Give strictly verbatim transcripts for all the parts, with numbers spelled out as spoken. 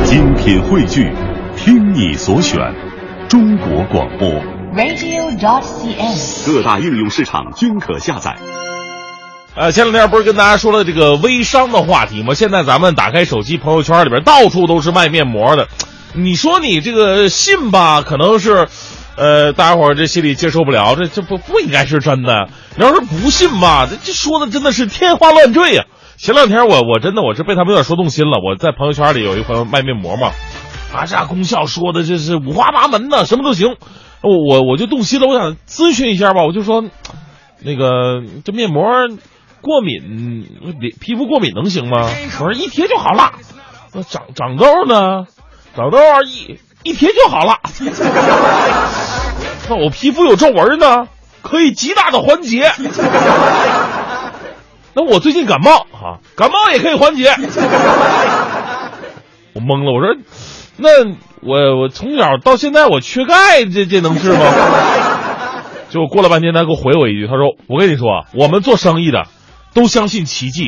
精品汇聚，听你所选，中国广播 radio dot c n， 各大应用市场均可下载。 呃，前两天不是跟大家说了这个微商的话题吗？现在咱们打开手机朋友圈里边，到处都是卖面膜的。你说你这个信吧，可能是，呃，大家伙儿这心里接受不了，这这不不应该是真的。你要是不信吧，这这说的真的是天花乱坠呀、啊。前两天我我真的我是被他们有点说动心了。我在朋友圈里有一个朋友卖面膜嘛，啊，这功效说的这是五花八门的，什么都行。我我我就动心了，我想咨询一下吧，我就说，那个这面膜过敏，皮肤过敏能行吗？我说一贴就好了。那长长痘呢？长痘一一贴就好了。那我皮肤有皱纹呢，可以极大的缓解。那我最近感冒啊，感冒也可以缓解。我懵了，我说，那我我从小到现在我缺钙，这这能治吗？结果过了半天，他给我回我一句，他说：“我跟你说，我们做生意的都相信奇迹。”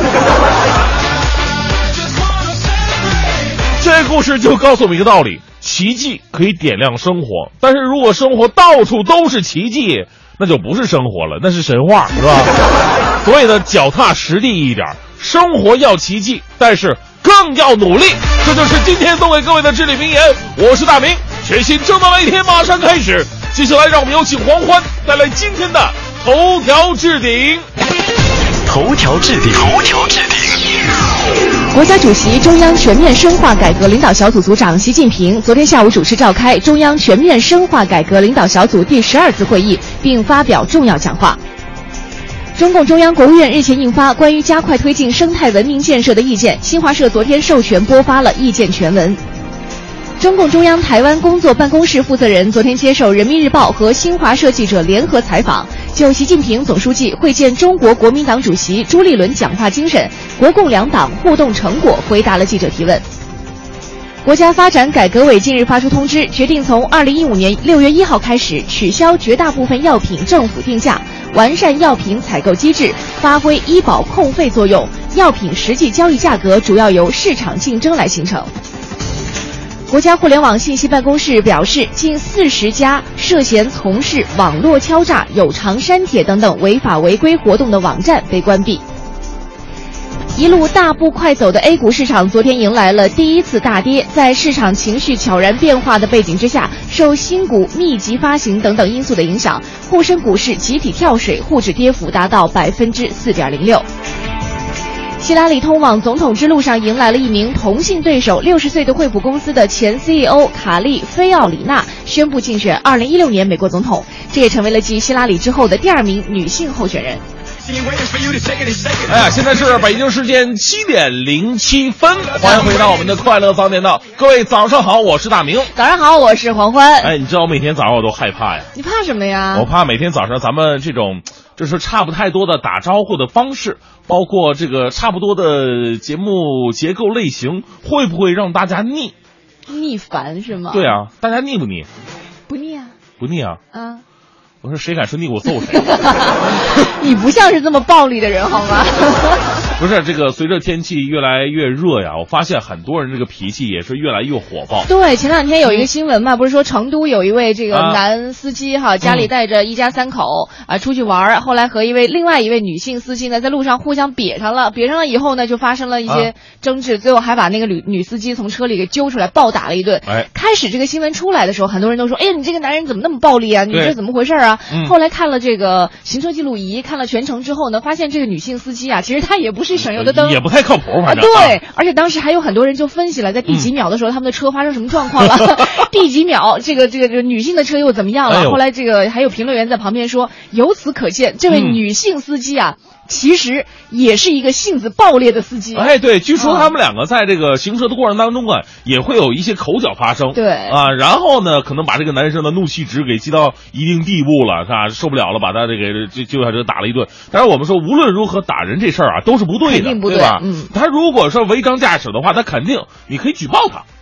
这故事就告诉我们一个道理：奇迹可以点亮生活，但是如果生活到处都是奇迹，那就不是生活了，那是神话，是吧？所以呢，脚踏实地一点，生活要奇迹，但是更要努力。这就是今天送给各位的至理名言。我是大明，全新正能量一天马上开始。接下来让我们有请黄欢带来今天的头条置顶。 头条置顶，头条置顶。 国家主席、中央全面深化改革领导小组组长习近平昨天下午主持召开中央全面深化改革领导小组第十二次会议，并发表重要讲话。中共中央、国务院日前印发关于加快推进生态文明建设的意见，新华社昨天授权播发了意见全文。中共中央台湾工作办公室负责人昨天接受人民日报和新华社记者联合采访，就习近平总书记会见中国国民党主席朱立伦讲话精神、国共两党互动成果回答了记者提问。国家发展改革委近日发出通知，决定从二零一五年六月一号开始取消绝大部分药品政府定价，完善药品采购机制，发挥医保控费作用，药品实际交易价格主要由市场竞争来形成。国家互联网信息办公室表示，近四十家涉嫌从事网络敲诈、有偿删帖等等违法违规活动的网站被关闭。一路大步快走的 A 股市场昨天迎来了第一次大跌，在市场情绪悄然变化的背景之下，受新股密集发行等等因素的影响，沪深股市集体跳水，沪指跌幅达到百分之四点零六。希拉里通往总统之路上迎来了一名同性对手，六十岁的惠普公司的前 C E O 卡利菲奥里纳宣布竞选二零一六年美国总统，这也成为了继希拉里之后的第二名女性候选人。 哎呀，现在是北京时间七点零七分，欢迎回到我们的快乐早点到。各位早上好，我是大明。 早上好，我是黄欢。 哎，你知道我每天早上我都害怕呀。 你怕什么呀？ 我怕每天早上咱们这种就是差不太多的打招呼的方式，包括这个差不多的节目结构类型，会不会让大家腻？ 腻烦是吗？ 对啊，大家腻不腻？ 不腻啊。 不腻啊？ 啊。 我说谁敢说腻我揍谁。 你不像是这么暴力的人好吗？ 不是，这个随着天气越来越热呀，我发现很多人这个脾气也是越来越火爆。 对，前两天有一个新闻嘛，不是说成都有一位这个男司机哈，啊、家里带着一家三口啊出去玩，后来和一位另外一位女性司机呢在路上互相瘪上了，瘪上了以后呢就发生了一些争执，啊、最后还把那个女女司机从车里给揪出来暴打了一顿。哎，开始这个新闻出来的时候，很多人都说，哎呀，你这个男人怎么那么暴力啊？你这怎么回事啊？嗯、后来看了这个行车记录仪，看了全程之后呢，发现这个女性司机啊，其实她也不是省油的灯， 也不太靠谱，反正、 啊、对，而且当时还有很多人就分析了，在第几秒的时候，嗯、他们的车发生什么状况了，第几秒这个这个这个女性的车又怎么样了？哎、后来这个还有评论员在旁边说，由此可见，这位女性司机啊。嗯其实也是一个性子暴烈的司机。 哎，对，据说他们两个在这个行车的过程当中啊，也会有一些口角发生。 对啊，然后呢，可能把这个男生的怒气值给激到一定地步了，是吧？受不了了，把他这个就就下这打了一顿。但是我们说，无论如何打人这事儿啊，都是不对的， 肯定不对， 对吧？ 嗯， 他如果说违章驾驶的话，他肯定你可以举报他，对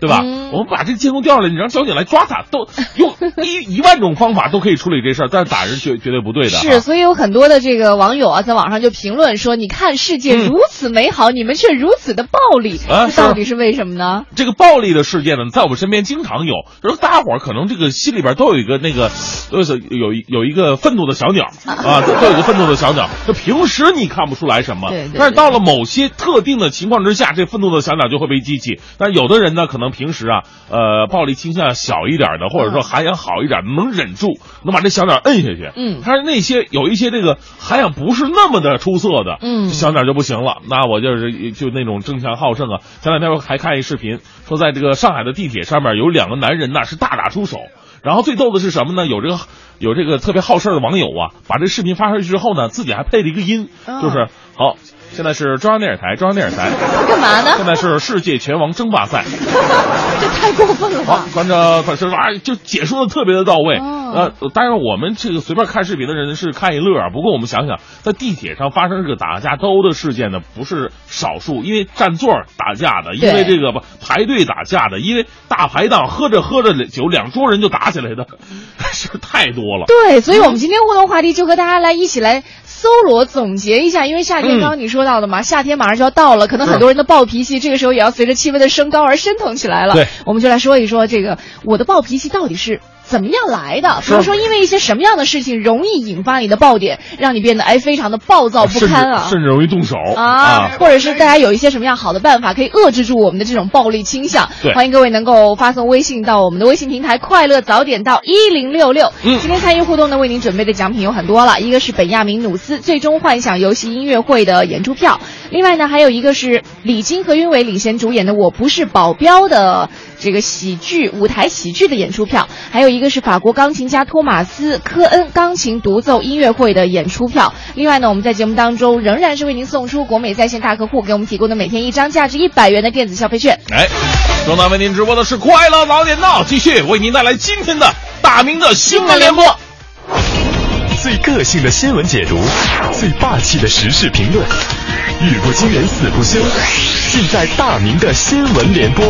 对吧？ 嗯、 我们把这个监控调下来，你让交警来抓他，都用一一万种方法都可以处理这事儿，但是打人绝绝对不对的。 是，所以有很多的这个网友啊，在网上就评论说：“你看世界如此美好，嗯、你们却如此的暴力， 啊、 这到底是为什么呢？” 这个暴力的事件呢，在我们身边经常有，就是大家伙儿可能这个心里边都有一个那个，呃，有有一个愤怒的小鸟啊，都有一个愤怒的小鸟。就平时你看不出来什么， 对对对， 但是到了某些特定的情况之下，这愤怒的小鸟就会被激起。但是有的人呢，可能平时啊，呃，暴力倾向小一点的，或者说涵养好一点，能忍住，能把这小鸟摁下去。 嗯， 但是那些有一些这个涵养不是那么的出色的， 嗯， 小鸟就不行了。那我就是就那种争强好胜啊。前两天我还看一视频，说在这个上海的地铁上面有两个男人呢是大打出手。然后最逗的是什么呢？有这个有这个特别好事的网友啊，把这视频发出去之后呢，自己还配了一个音， 哦、 就是好。现在是中央电视台，中央电视台干嘛呢？ 现在是世界拳王争霸赛， 这太过分了吧！ 好，观着反正啊，就解说的特别的到位。 哦、 呃，当然我们这个随便看视频的人是看一乐啊。不过我们想想，在地铁上发生这个打架斗殴的事件呢，不是少数，因为占座打架的，因为这个排队打架的，因为大排档喝着喝着酒，两桌人就打起来的，是太多了。 对，所以我们今天互动话题就和大家来一起来搜罗总结一下，因为夏天刚刚你说到的嘛，嗯、夏天马上就要到了，可能很多人的暴脾气这个时候也要随着气温的升高而升腾起来了。 对， 我们就来说一说这个我的暴脾气到底是怎么样来的？比如说，因为一些什么样的事情容易引发你的爆点，让你变得哎非常的暴躁不堪啊， 甚至, 甚至容易动手啊, 啊， 或者是大家有一些什么样好的办法可以遏制住我们的这种暴力倾向？ 对， 欢迎各位能够发送微信到我们的微信平台“快乐早点到一零六六”。 嗯， 今天参与互动呢，为您准备的奖品有很多了，一个是本亚明努斯最终幻想游戏音乐会的演出票，另外呢还有一个是李菁和윤伟领衔主演的《我不是保镖》的这个喜剧舞台喜剧的演出票，还有一个是法国钢琴家托马斯·科恩钢琴独奏音乐会的演出票。另外呢，我们在节目当中仍然是为您送出国美在线大客户给我们提供的每天一张价值一百元的电子消费券。 哎，正在为您直播的是快乐早点到，继续为您带来今天的大明的新闻联播。 最个性的新闻解读，最霸气的时事评论，语不惊人死不休，尽在大明的新闻联播。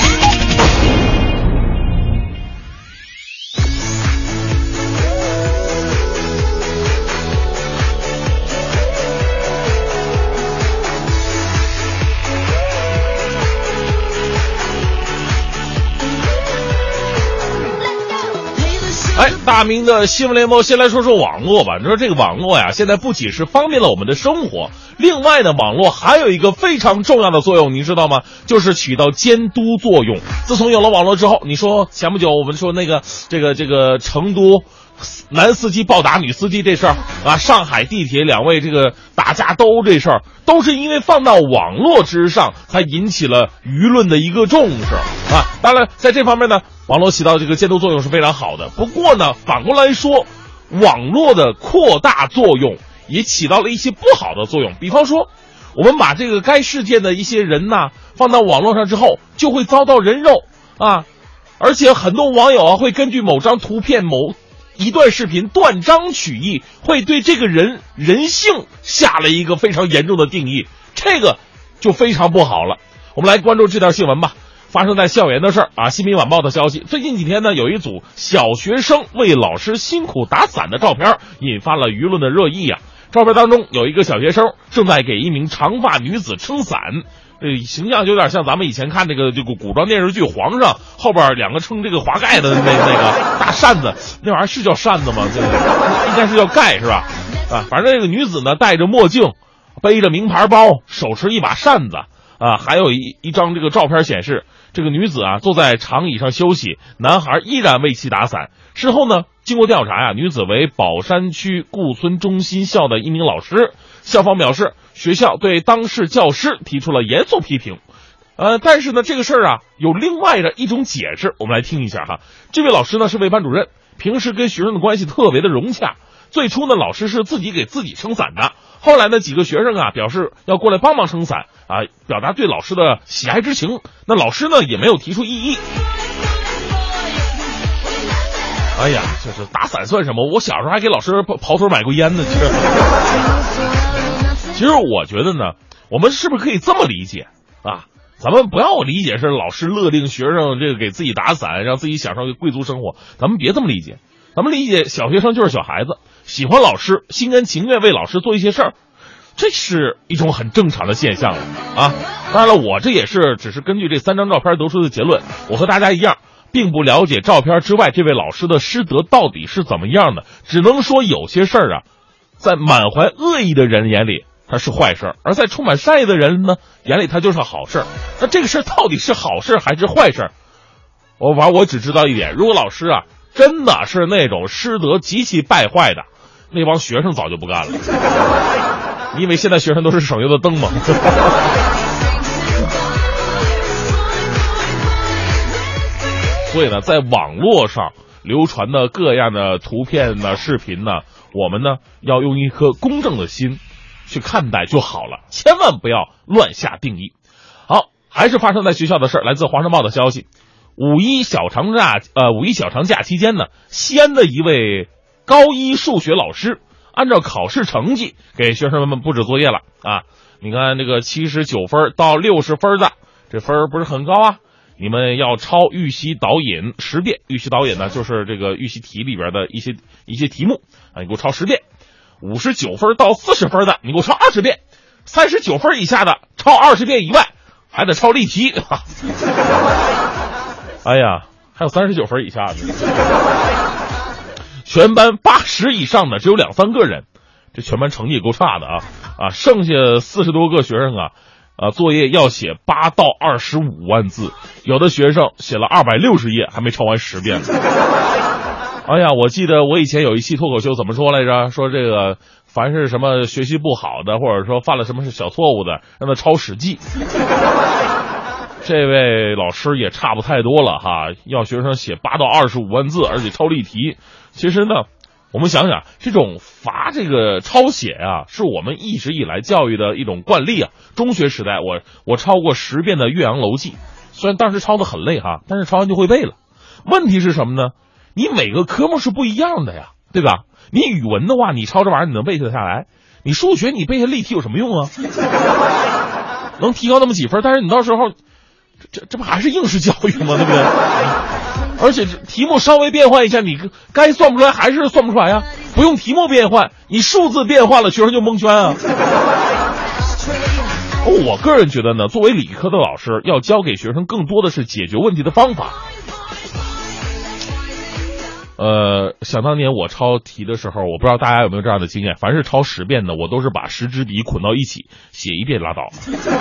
哎，大明的新闻联播，先来说说网络吧。你说这个网络呀，现在不仅是方便了我们的生活，另外呢，网络还有一个非常重要的作用，你知道吗？就是起到监督作用。自从有了网络之后，你说前不久我们说那个这个这个成都男司机暴打女司机这事儿啊，上海地铁两位这个打架斗殴这事儿，都是因为放到网络之上，才引起了舆论的一个重视啊。当然，在这方面呢，网络起到这个监督作用是非常好的。不过呢，反过来说，网络的扩大作用也起到了一些不好的作用。比方说，我们把这个该事件的一些人呐放到网络上之后，就会遭到人肉啊，而且很多网友啊会根据某张图片、某一段视频断章取义，会对这个人人性下了一个非常严重的定义，这个就非常不好了。我们来关注这条新闻吧。发生在校园的事儿啊，新民晚报的消息，最近几天呢，有一组小学生为老师辛苦打伞的照片引发了舆论的热议啊。照片当中有一个小学生正在给一名长发女子撑伞，呃，形象有点像咱们以前看这个这个古装电视剧《皇上》后边两个撑这个华盖的那那个大扇子，那玩意儿是叫扇子吗？这个应该是叫盖是吧？啊，反正这个女子呢戴着墨镜，背着名牌包，手持一把扇子。啊，还有一一张这个照片显示，这个女子啊坐在长椅上休息，男孩依然为其打伞。事后呢，经过调查呀、啊，女子为宝山区顾村中心校的一名老师。校方表示，学校对当事教师提出了严肃批评。呃，但是呢，这个事儿啊有另外的一种解释，我们来听一下哈。这位老师呢是位班主任，平时跟学生的关系特别的融洽。最初呢，老师是自己给自己撑伞的。后来呢，几个学生啊表示要过来帮忙撑伞啊，表达对老师的喜爱之情。那老师呢也没有提出异议。哎呀，这是打伞算什么？我小时候还给老师刨头买过烟呢。其实，其实我觉得呢，我们是不是可以这么理解啊？ 咱们不要理解是老师勒令学生这个给自己打伞，让自己享受贵族生活，咱们别这么理解。咱们理解小学生就是小孩子，喜欢老师，心甘情愿为老师做一些事儿，这是一种很正常的现象啊。当然了，我这也是只是根据这三张照片得出的结论，我和大家一样，并不了解照片之外这位老师的师德到底是怎么样的，只能说有些事儿啊，在满怀恶意的人眼里它是坏事，而在充满善意的人呢眼里它就是好事。那这个事儿到底是好事还是坏事？我玩我只知道一点，如果老师啊真的是那种师德极其败坏的，那帮学生早就不干了。你以为现在学生都是省油的灯吗？所以呢，在网络上流传的各样的图片呢、视频呢，我们呢要用一颗公正的心去看待就好了，千万不要乱下定义。好，还是发生在学校的事儿。来自华商报的消息，五一小长假，呃，五一小长假期间呢，西安的一位高一数学老师按照考试成绩给学生们布置作业了啊。你看这个七十九分到六十分的，这分不是很高啊。你们要抄预习导引十遍，预习导引呢就是这个预习题里边的一些一些题目啊，你给我抄十遍。五十九分到四十分的，你给我抄二十遍。三十九分以下的，抄二十遍以外，还得抄例题。哎呀，还有三十九分以下的。全班八十以上的只有两三个人，这全班成绩也够差的啊啊！剩下四十多个学生啊。啊，作业要写八到二十五万字，有的学生写了二百六十页，还没抄完十遍。哎呀，我记得我以前有一期脱口秀怎么说来着？说这个凡是什么学习不好的，或者说犯了什么是小错误的，让他抄《史记》。这位老师也差不太多了哈，要学生写八到二十五万字，而且抄例题。其实呢，我们想想，这种罚这个抄写啊，是我们一直以来教育的一种惯例啊。中学时代，我我抄过十遍的《岳阳楼记》，虽然当时抄的很累哈，但是抄完就会背了。问题是什么呢？你每个科目是不一样的呀，对吧？你语文的话，你抄这玩意儿你能背得下来；你数学你背下例题有什么用啊？能提高那么几分，但是你到时候，这这不还是应试教育吗？对不对？而且题目稍微变换一下，你该算不出来还是算不出来呀。不用题目变换，你数字变换了，学生就蒙圈啊。我个人觉得呢，作为理科的老师，要教给学生更多的是解决问题的方法。呃，想当年我抄题的时候，我不知道大家有没有这样的经验，凡是抄十遍的，我都是把十支笔捆到一起，写一遍拉倒。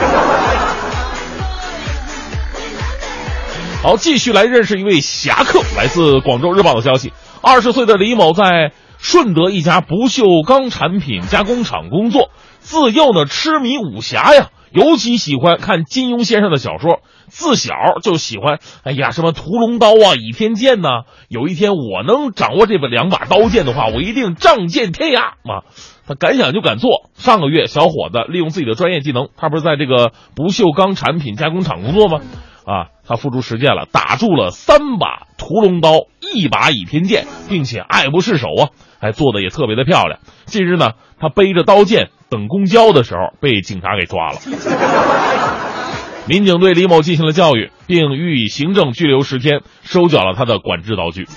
好，继续来认识一位侠客。来自广州日报的消息，二十岁的李某在顺德一家不锈钢产品加工厂工作，自幼呢痴迷武侠呀，尤其喜欢看金庸先生的小说，自小就喜欢哎呀什么屠龙刀啊、倚天剑呐、啊。有一天我能掌握这两把刀剑的话，我一定仗剑天涯啊！他敢想就敢做。上个月，小伙子利用自己的专业技能，他不是在这个不锈钢产品加工厂工作吗？啊，他付诸实践了，打住了三把屠龙刀，一把倚天剑，并且爱不释手啊，还做的也特别的漂亮。近日呢，他背着刀剑等公交的时候被警察给抓了。民警对李某进行了教育，并予以行政拘留十天，收缴了他的管制刀具。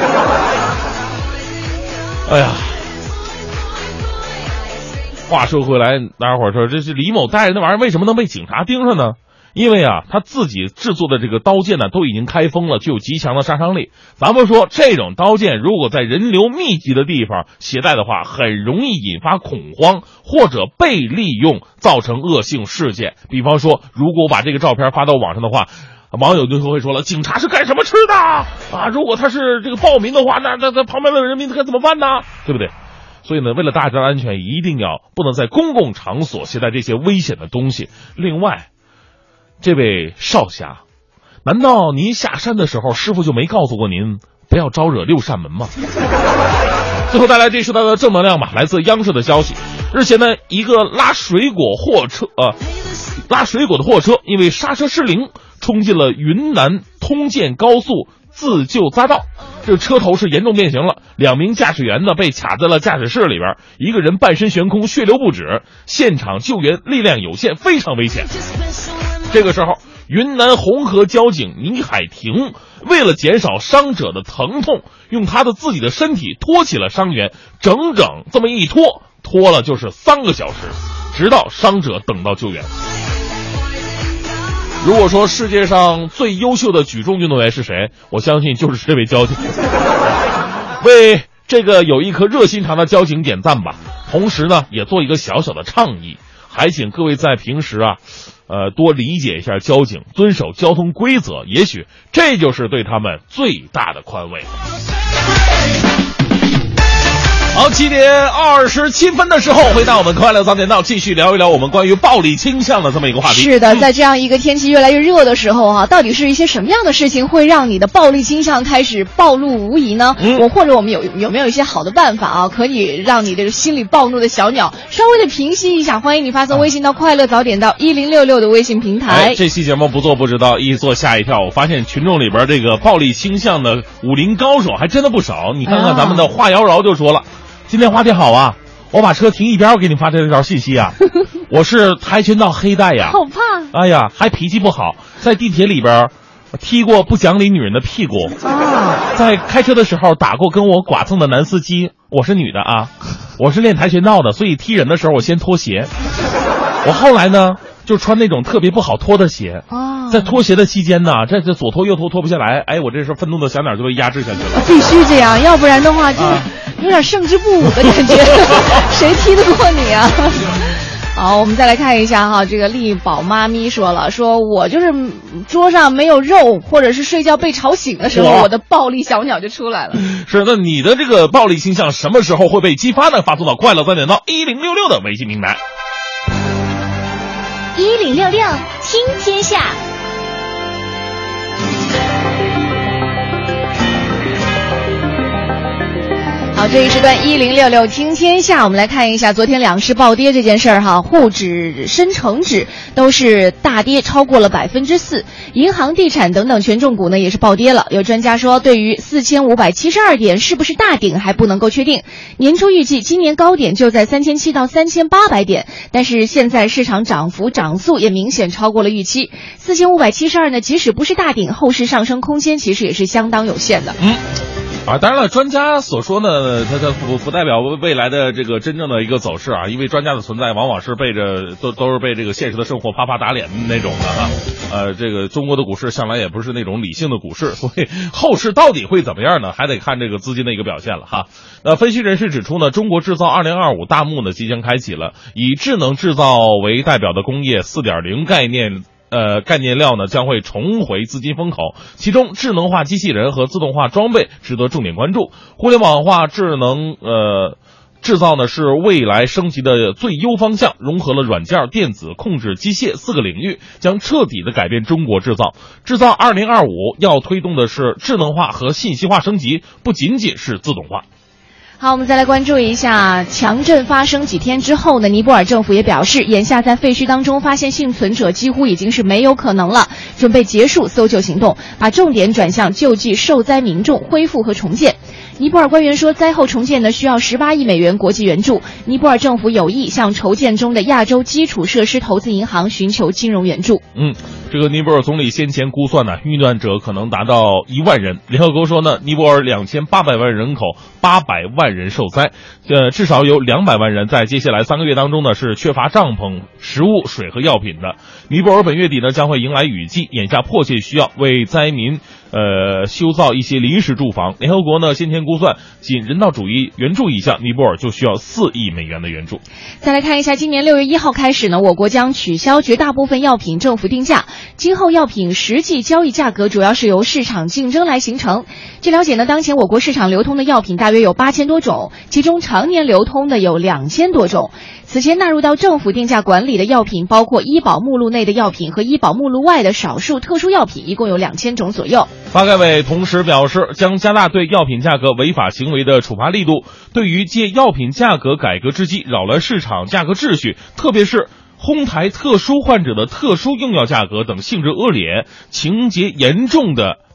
哎呀，话说回来，大家伙说，这是李某带着那玩意儿为什么能被警察盯上呢？因为啊，他自己制作的这个刀剑呢，都已经开封了，具有极强的杀伤力。咱们说，这种刀剑如果在人流密集的地方携带的话，很容易引发恐慌，或者被利用，造成恶性事件。比方说，如果我把这个照片发到网上的话，网友就会说了，警察是干什么吃的啊？如果他是这个暴民的话，那那那旁边的人民该怎么办呢？对不对？所以呢，为了大家的安全，一定要不能在公共场所携带这些危险的东西。另外，这位少侠，难道您下山的时候师傅就没告诉过您不要招惹六扇门吗？最后带来这时代的正能量吧。来自央视的消息，日前呢，一个拉水果货车呃拉水果的货车因为刹车失灵，冲进了云南通建高速自救匝道，这个车头是严重变形了，两名驾驶员呢被卡在了驾驶室里边，一个人半身悬空，血流不止，现场救援力量有限，非常危险。这个时候， 云南红河交警倪海婷为了减少伤者的疼痛，用他的自己的身体托起了伤员，整整这么一拖，拖了就是三个小时，直到伤者等到救援。如果说世界上最优秀的举重运动员是谁，我相信就是这位交警。为这个有一颗热心肠的交警点赞吧，同时呢也做一个小小的倡议，还请各位在平时啊呃多理解一下交警，遵守交通规则，也许这就是对他们最大的宽慰。好，七点二十七分的时候，回到我们快乐早点到，继续聊一聊我们关于暴力倾向的这么一个话题。 是的，在这样一个天气越来越热的时候哈、啊，到底是一些什么样的事情会让你的暴力倾向开始暴露无遗呢？嗯，我或者我们有有没有一些好的办法啊，可以让你这个心里暴怒的小鸟稍微的平息一下？欢迎你发送微信到快乐早点到一零六六的微信平台。 哎，这期节目不做不知道，一做吓一跳。我发现群众里边这个暴力倾向的武林高手还真的不少。你看看咱们的华瑶瑶就说了。啊，今天花天好啊，我把车停一边，我给你发这条信息啊。我是跆拳道黑带呀， 好怕。 哎呀，还脾气不好，在地铁里边踢过不讲理女人的屁股啊，在开车的时候打过跟我剐蹭的男司机。我是女的啊，我是练跆拳道的，所以踢人的时候我先脱鞋。我后来呢就穿那种特别不好脱的鞋啊，在脱鞋的期间呢，这这左脱右脱脱不下来，哎，我这时候愤怒的小鸟就被压制下去了。 必须这样，要不然的话就有点胜之不武的感觉。谁踢得过你啊？好，我们再来看一下哈，这个丽宝妈咪说了，说我就是桌上没有肉，或者是睡觉被吵醒的时候，我的暴力小鸟就出来了。 是，那你的这个暴力倾向什么时候会被激发呢？发送到快乐三点到一零六六的微信平台。 一零六六听天下。 好，这一时段一零六六听天下，我们来看一下昨天两市暴跌这件事儿哈，沪指、深成指都是大跌，超过了百分之四，银行、地产等等权重股呢也是暴跌了。有专家说，对于四千五百七十二点是不是大顶还不能够确定，年初预计今年高点就在三千七到三千八百点，但是现在市场涨幅涨速也明显超过了预期，四千五百七十二呢，即使不是大顶，后市上升空间其实也是相当有限的。 嗯。啊，当然了，专家所说呢，它它不不代表未来的这个真正的一个走势啊，因为专家的存在往往是被着都都是被这个现实的生活啪啪打脸那种的哈、啊。呃，这个中国的股市向来也不是那种理性的股市，所以后市到底会怎么样呢？还得看这个资金的一个表现了哈。那分析人士指出呢，中国制造二零二五大幕呢即将开启了，以智能制造为代表的工业 四点零 概念。呃，概念料呢将会重回资金风口，其中智能化机器人和自动化装备值得重点关注。互联网化智能呃制造呢是未来升级的最优方向，融合了软件、电子、控制、机械四个领域，将彻底的改变中国制造。制造二零二五要推动的是智能化和信息化升级，不仅仅是自动化。 好，我们再来关注一下强震发生几天之后呢，尼泊尔政府也表示，眼下在废墟当中发现幸存者几乎已经是没有可能了，准备结束搜救行动，把重点转向救济受灾民众、恢复和重建。尼泊尔官员说，灾后重建呢需要十八亿美元国际援助，尼泊尔政府有意向筹建中的亚洲基础设施投资银行寻求金融援助。 嗯，这个尼泊尔总理先前估算呢，遇难者可能达到一万人。联合国说呢，尼泊尔两千八百万人口，八百万人受灾，呃，至少有两百万人在接下来三个月当中呢是缺乏帐篷、食物、水和药品的。尼泊尔本月底呢将会迎来雨季，眼下迫切需要为灾民呃修造一些临时住房。联合国呢先前估算，仅人道主义援助一项，尼泊尔就需要四亿美元的援助。 再来看一下，今年六月一号开始呢，我国将取消绝大部分药品政府定价，今后药品实际交易价格主要是由市场竞争来形成。据了解呢，当前我国市场流通的药品大约有八千多种，其中常年流通的有两千多种。此前纳入到政府定价管理的药品包括医保目录内的药品和医保目录外的少数特殊药品，一共有两千种左右。 发改委同时表示，将加大对药品价格违法行为的处罚力度，对于借药品价格改革之机扰乱市场价格秩序，特别是哄抬特殊患者的特殊用药价格等性质恶劣、情节严重的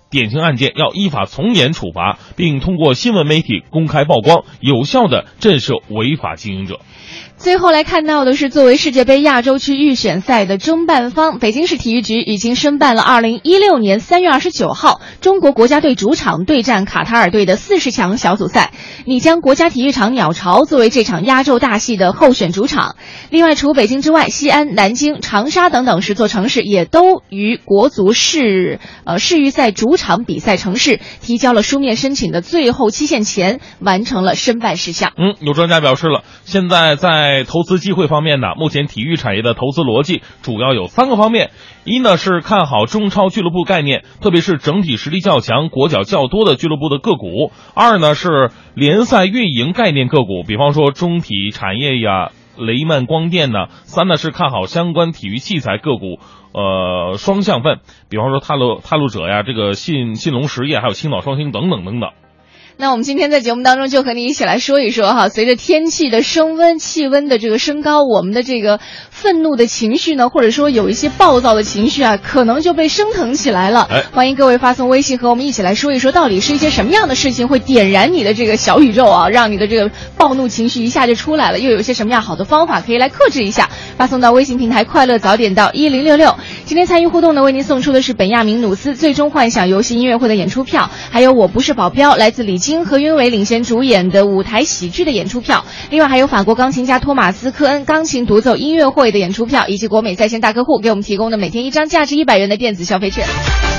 典型案件要依法从严处罚，并通过新闻媒体公开曝光，有效地震慑违法经营者。 最后来看到的是，作为世界杯亚洲区预选赛的争办方，北京市体育局已经申办了二零一六年三月二十九号中国国家队主场对战卡塔尔队的四十强小组赛，拟将国家体育场鸟巢作为这场压轴大戏的候选主场。另外，除北京之外，西安、南京、长沙等等十座城市也都于国足世呃世预赛主场比赛城市提交了书面申请的最后期限前，完成了申办事项。 嗯，有专家表示了，现在在在投资机会方面呢，目前体育产业的投资逻辑主要有三个方面。一呢是看好中超俱乐部概念，特别是整体实力较强、国脚较多的俱乐部的个股。二呢是联赛运营概念个股，比方说中体产业呀、雷曼光电呢。三呢是看好相关体育器材个股，呃双向份，比方说踏路踏路者呀、这个信信隆实业，还有青岛双星等等等等。 那我们今天在节目当中就和你一起来说一说哈，随着天气的升温，气温的这个升高，我们的这个愤怒的情绪呢，或者说有一些暴躁的情绪啊，可能就被升腾起来了。 哎， 欢迎各位发送微信和我们一起来说一说，到底是一些什么样的事情会点燃你的这个小宇宙啊，让你的这个暴怒情绪一下就出来了，又有一些什么样好的方法可以来克制一下？发送到微信平台快乐早点到一零六六。今天参与互动呢，为您送出的是本亚明努斯最终幻想游戏音乐会的演出票，还有我不是保镖来自李菁和云伟领衔主演的舞台喜剧的演出票，另外还有法国钢琴家托马斯科恩钢琴独奏音乐会的演出票，以及国美在线大客户给我们提供的每天一张价值一百元的电子消费券。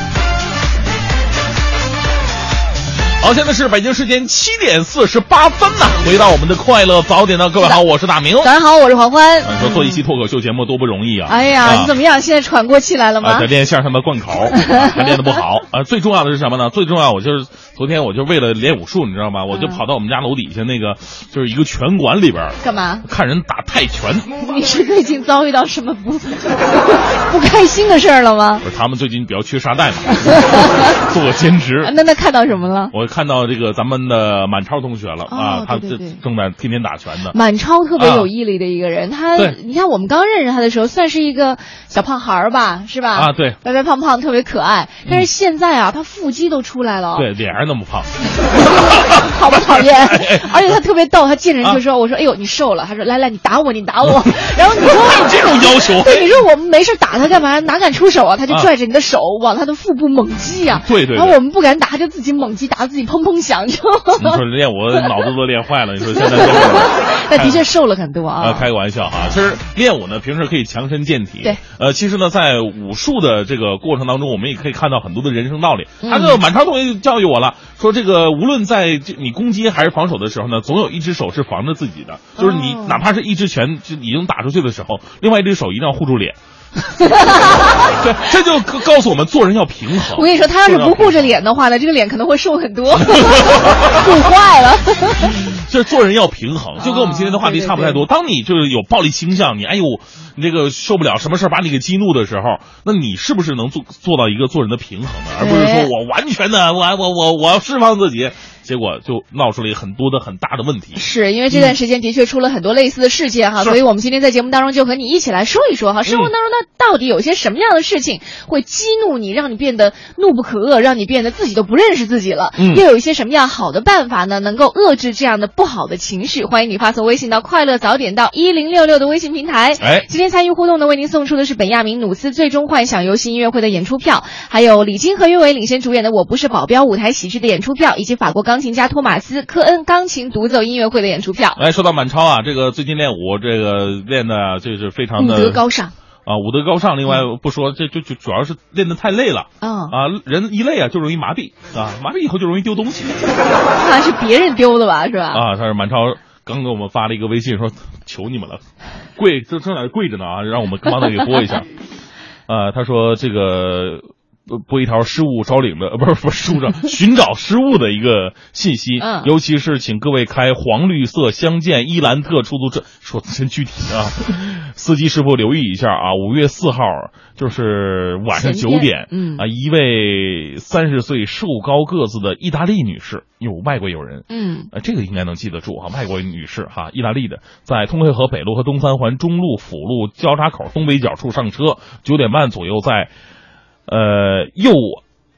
好，现在是北京时间七点四十八分呢。回到我们的快乐早点呢，各位好，我是大明。 早上好，我是黄欢。 你说做一期脱口秀节目多不容易啊！ 哎呀， 啊、 你怎么样？现在喘过气来了吗？ 啊，在练相声的贯口，啊、还练得不好啊。最重要的是什么呢？最重要，我就是昨天我就为了练武术，你知道吗？我就跑到我们家楼底下那个就是一个拳馆里边干嘛？ 看人打泰拳。 你是最近遭遇到什么不不开心的事儿了吗？ 不是，他们最近比较缺沙袋嘛，做个兼职。 那那看到什么了？ 我看到这个咱们的满超同学了、 哦、 啊，他对对对正在天天打拳呢。 满超特别有毅力的一个人，啊、他你看我们刚认识他的时候，算是一个小胖孩儿吧，是吧？ 啊，对， 白白胖胖，特别可爱。但是现在啊，他腹肌都出来了， 对，脸还那么胖， 好不讨厌？而且他特别逗，他见人就说：“啊、我说，哎呦，你瘦了。”他说：“来来，你打我，你打我。”然后你说这种要求， 对，你说我们没事打他干嘛？哪敢出手啊？他就拽着你的手、啊、往他的腹部猛击啊！ 对 对, 对。 然后我们不敢打，他就自己猛击，打得自己砰砰响。就你说练我脑子都练坏了，你说现在这那的确瘦了很多啊。 呃，开个玩笑啊，其实练武呢，平时可以强身健体。 对。 呃，其实呢，在武术的这个过程当中，我们也可以看到很多的人生道理。嗯、他这个满超同学教育我了，说这个无论在你攻击还是防守的时候呢，总有一只手是防着自己的，就是你哪怕是一只拳就已经打出去的时候，另外一只手一定要护住脸。对，这就告诉我们做人要平衡。 我跟你说，他要是不护着脸的话呢，这个脸可能会瘦很多，护坏了。 这做人要平衡，就跟我们今天的话题差不太多。 啊、对对对， 当你就是有暴力倾向，你哎呦，你这个受不了什么事把你给激怒的时候，那你是不是能做做到一个做人的平衡呢？而不是说我完全的我我我我要释放自己。结果就闹出了很多的很大的问题， 是因为这段时间的确出了很多类似的事件哈、嗯，所以我们今天在节目当中就和你一起来说一说哈，生活当中呢到底有些什么样的事情会激怒你，让你变得怒不可遏，让你变得自己都不认识自己了，嗯，又有一些什么样好的办法呢，能够遏制这样的不好的情绪？欢迎你发送微信到快乐早点到一零六六的微信平台。 哎， 今天参与互动的为您送出的是本亚明努斯最终幻想游戏音乐会的演出票，还有李菁和岳伟领衔主演的我不是保镖舞台喜剧的演出票，以及法国钢琴家托马斯科恩钢琴独奏音乐会的演出票。 来，说到满超啊，这个最近练武，这个练的这是非常的武德高尚啊，武德高尚。另外不说，这就就主要是练得太累了。 嗯啊，人一累啊就容易麻痹啊，麻痹以后就容易丢东西。 那是别人丢的吧，是吧？ 啊，他是满超刚给我们发了一个微信说，求你们了，跪正正在跪着呢啊，让我们帮他给播一下。啊，他说这个。播一条失物招领的，呃，不是不是失物招，寻找失物的一个信息， 嗯， 尤其是请各位开黄绿色相间伊兰特出租车，说真具体啊，司机师傅留意一下啊，五月四号就是晚上九点， 嗯啊，一位三十岁瘦高个子的意大利女士，有外国友人， 嗯， 呃，这个应该能记得住哈，外国女士哈，意大利的，在通惠河北路和东三环中路辅路交叉口东北角处上车，九点半左右在。呃，右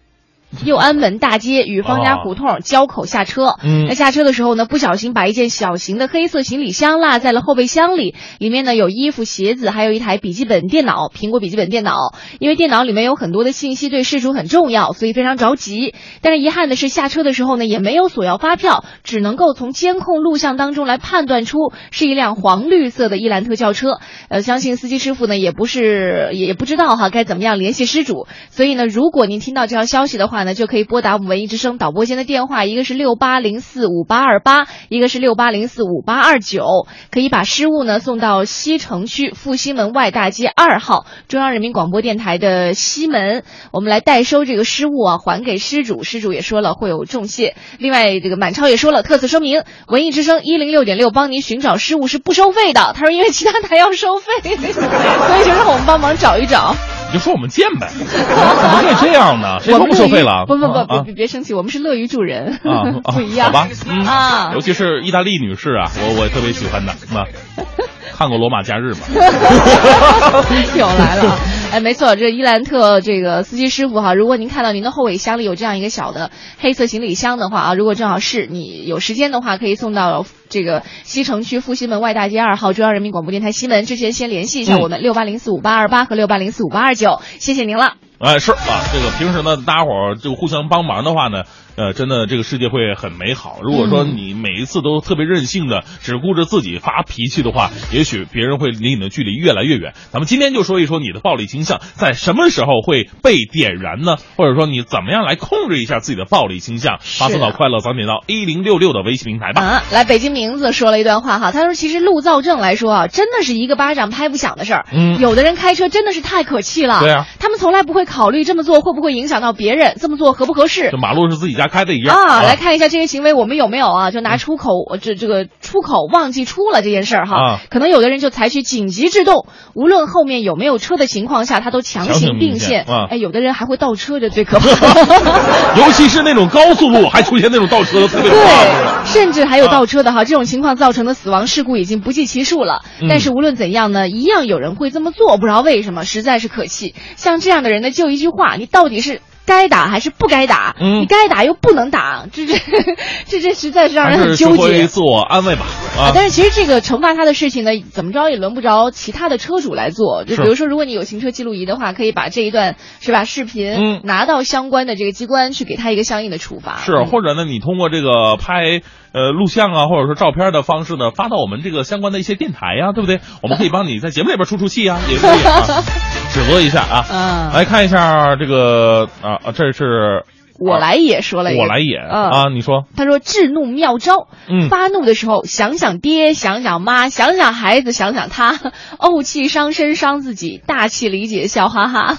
右安门大街与方家胡同交口下车。 嗯， 那下车的时候呢，不小心把一件小型的黑色行李箱落在了后备箱里，里面呢有衣服、鞋子，还有一台笔记本电脑，苹果笔记本电脑。因为电脑里面有很多的信息对失主很重要，所以非常着急。但是遗憾的是，下车的时候呢，也没有索要发票，只能够从监控录像当中来判断出是一辆黄绿色的伊兰特轿车。呃，相信司机师傅呢也不是也不知道哈该怎么样联系失主，所以呢，如果您听到这条消息的话呢，就可以拨打我们文艺之声导播间的电话，一个是六八零四五八二八，一个是六八零四五八二九，可以把失物呢送到西城区复兴门外大街二号中央人民广播电台的西门，我们来代收这个失物啊，还给失主。失主也说了会有重谢。另外，这个满超也说了，特此声明，文艺之声一零六点六帮您寻找失物是不收费的。他说因为其他台要收费，所以就让我们帮忙找一找。 你就说我们贱呗，怎么可以这样呢？谁说不收费了？ 不不不不， 啊、 别别生气，我们是乐于助人， 啊、 不一样。 好吧，嗯啊， 尤其是意大利女士啊，我我特别喜欢的。那看过《罗马假日》吗？ 又来了。哎，没错，这伊兰特这个司机师傅哈，如果您看到您的后尾箱里有这样一个小的黑色行李箱的话啊，如果正好是你有时间的话，可以送到这个西城区复兴门外大街二号中央人民广播电台西门。之前先联系一下我们六八零四五八二八和六八零四五八二九，谢谢您了。 哎，是啊，这个平时呢，大家伙儿就互相帮忙的话呢，呃，真的这个世界会很美好。如果说你每一次都特别任性的，只顾着自己发脾气的话，也许别人会离你的距离越来越远。咱们今天就说一说你的暴力倾向在什么时候会被点燃呢？或者说你怎么样来控制一下自己的暴力倾向？发送到快乐早点到一零六六的微信平台吧。 啊，来，北京名字说了一段话哈，他说其实路躁症来说啊，真的是一个巴掌拍不响的事儿。 嗯， 有的人开车真的是太可气了。 对啊， 他们从来不会考虑这么做会不会影响到别人，这么做合不合适。 这马路是自己家开的一样啊。啊，来看一下这些行为我们有没有啊？就拿出口，嗯、这这个出口忘记出了这件事儿哈、 啊， 可能有的人就采取紧急制动，无论后面有没有车的情况下，他都强行并线。 啊、 哎，有的人还会倒车，这最可怕。 尤其是那种高速路，还出现那种倒车的特别多。 对，甚至还有倒车的哈、啊，这种情况造成的死亡事故已经不计其数了。 嗯、 但是无论怎样呢，一样有人会这么做，不知道为什么，实在是可气。像这样的人呢，就一句话，你到底是该打还是不该打？ 嗯， 你该打又不能打，这这这这实在是让人很纠结。 自我安慰吧。啊， 但是其实这个惩罚他的事情呢，怎么着也轮不着其他的车主来做。就比如说，如果你有行车记录仪的话，可以把这一段是吧视频、 嗯、 拿到相关的这个机关去给他一个相应的处罚。 是，或者呢，你通过这个拍呃录像啊，或者说照片的方式呢，发到我们这个相关的一些电台呀、啊，对不对？我们可以帮你在节目里边出出气啊，也可以啊，指责一下啊。 嗯， 来看一下这个啊啊，这是。 我来也说了一个， 我来也、 嗯、 啊，你说， 他说制怒妙招， 嗯， 发怒的时候想想爹，想想妈，想想孩子，想想他，怄气伤身伤自己，大气理解笑哈哈。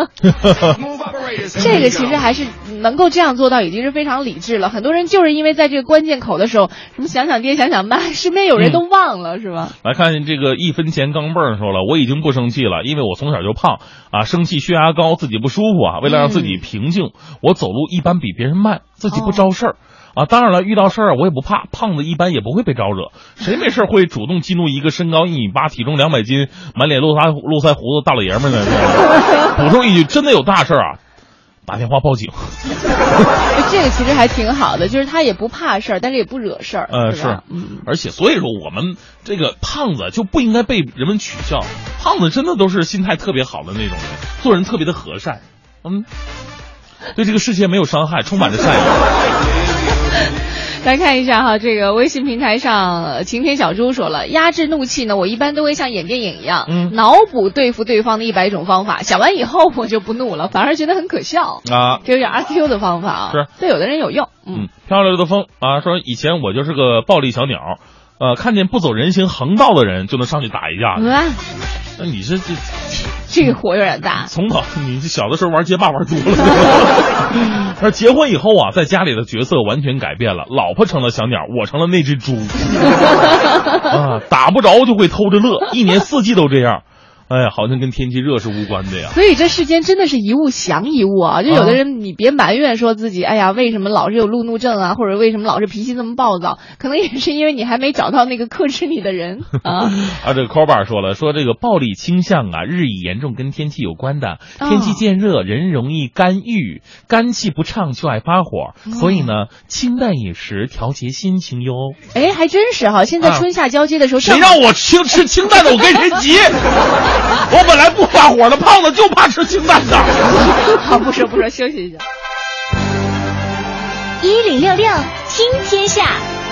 这个其实还是能够这样做到，已经是非常理智了。很多人就是因为在这个关键口的时候，什么想想爹，想想妈，身边有人都忘了，嗯、是吧？ 来看这个一分钱钢镚说了，我已经不生气了，因为我从小就胖啊，生气血压高，自己不舒服啊。为了让自己平静，嗯、我走路一般比别人慢，自己不招事儿、哦、啊。当然了，遇到事儿我也不怕，胖子一般也不会被招惹。谁没事会主动激怒一个身高一米八、体重两百斤、满脸络腮络腮胡子大老爷们呢？补充一句，真的有大事啊，打电话报警。 这个其实还挺好的，就是他也不怕事儿，但是也不惹事儿。 呃，是，嗯，而且所以说我们这个胖子就不应该被人们取笑，胖子真的都是心态特别好的那种人，做人特别的和善，嗯。对这个世界没有伤害，充满着善意。 来看一下哈，这个微信平台上晴天小猪说了，压制怒气呢，我一般都会像演电影一样， 嗯， 脑补对付对方的一百种方法，想完以后我就不怒了，反而觉得很可笑啊， 这有点阿 Q 的方法啊， 是对有的人有用。 嗯，漂流的风啊说，以前我就是个暴力小鸟，呃，看见不走人行横道的人就能上去打一架。 嗯， 那你是这。 这个火有点大。 从早你小的时候玩街霸玩多了，而结婚以后啊，在家里的角色完全改变了，老婆成了小鸟，我成了那只猪啊，打不着就会偷着乐，一年四季都这样哎呀，好像跟天气热是无关的呀。 所以这世间真的是一物降一物啊！就有的人，你别埋怨说自己，哎呀，为什么老是有路怒症啊，或者为什么老是脾气这么暴躁？可能也是因为你还没找到那个克制你的人啊。 啊，这个 Cobar 说了，说这个暴力倾向啊，日益严重，跟天气有关的。天气渐热，人容易肝郁，肝气不畅就爱发火， 哦、 所以呢，清淡饮食调节心情哟。 哎，还真是哈！现在春夏交接的时候， 谁、啊、让我吃吃清淡的，我跟谁急？我本来不发火的，胖子就怕吃清淡的。 好，不说不说，休息一下。 一零六六听天下。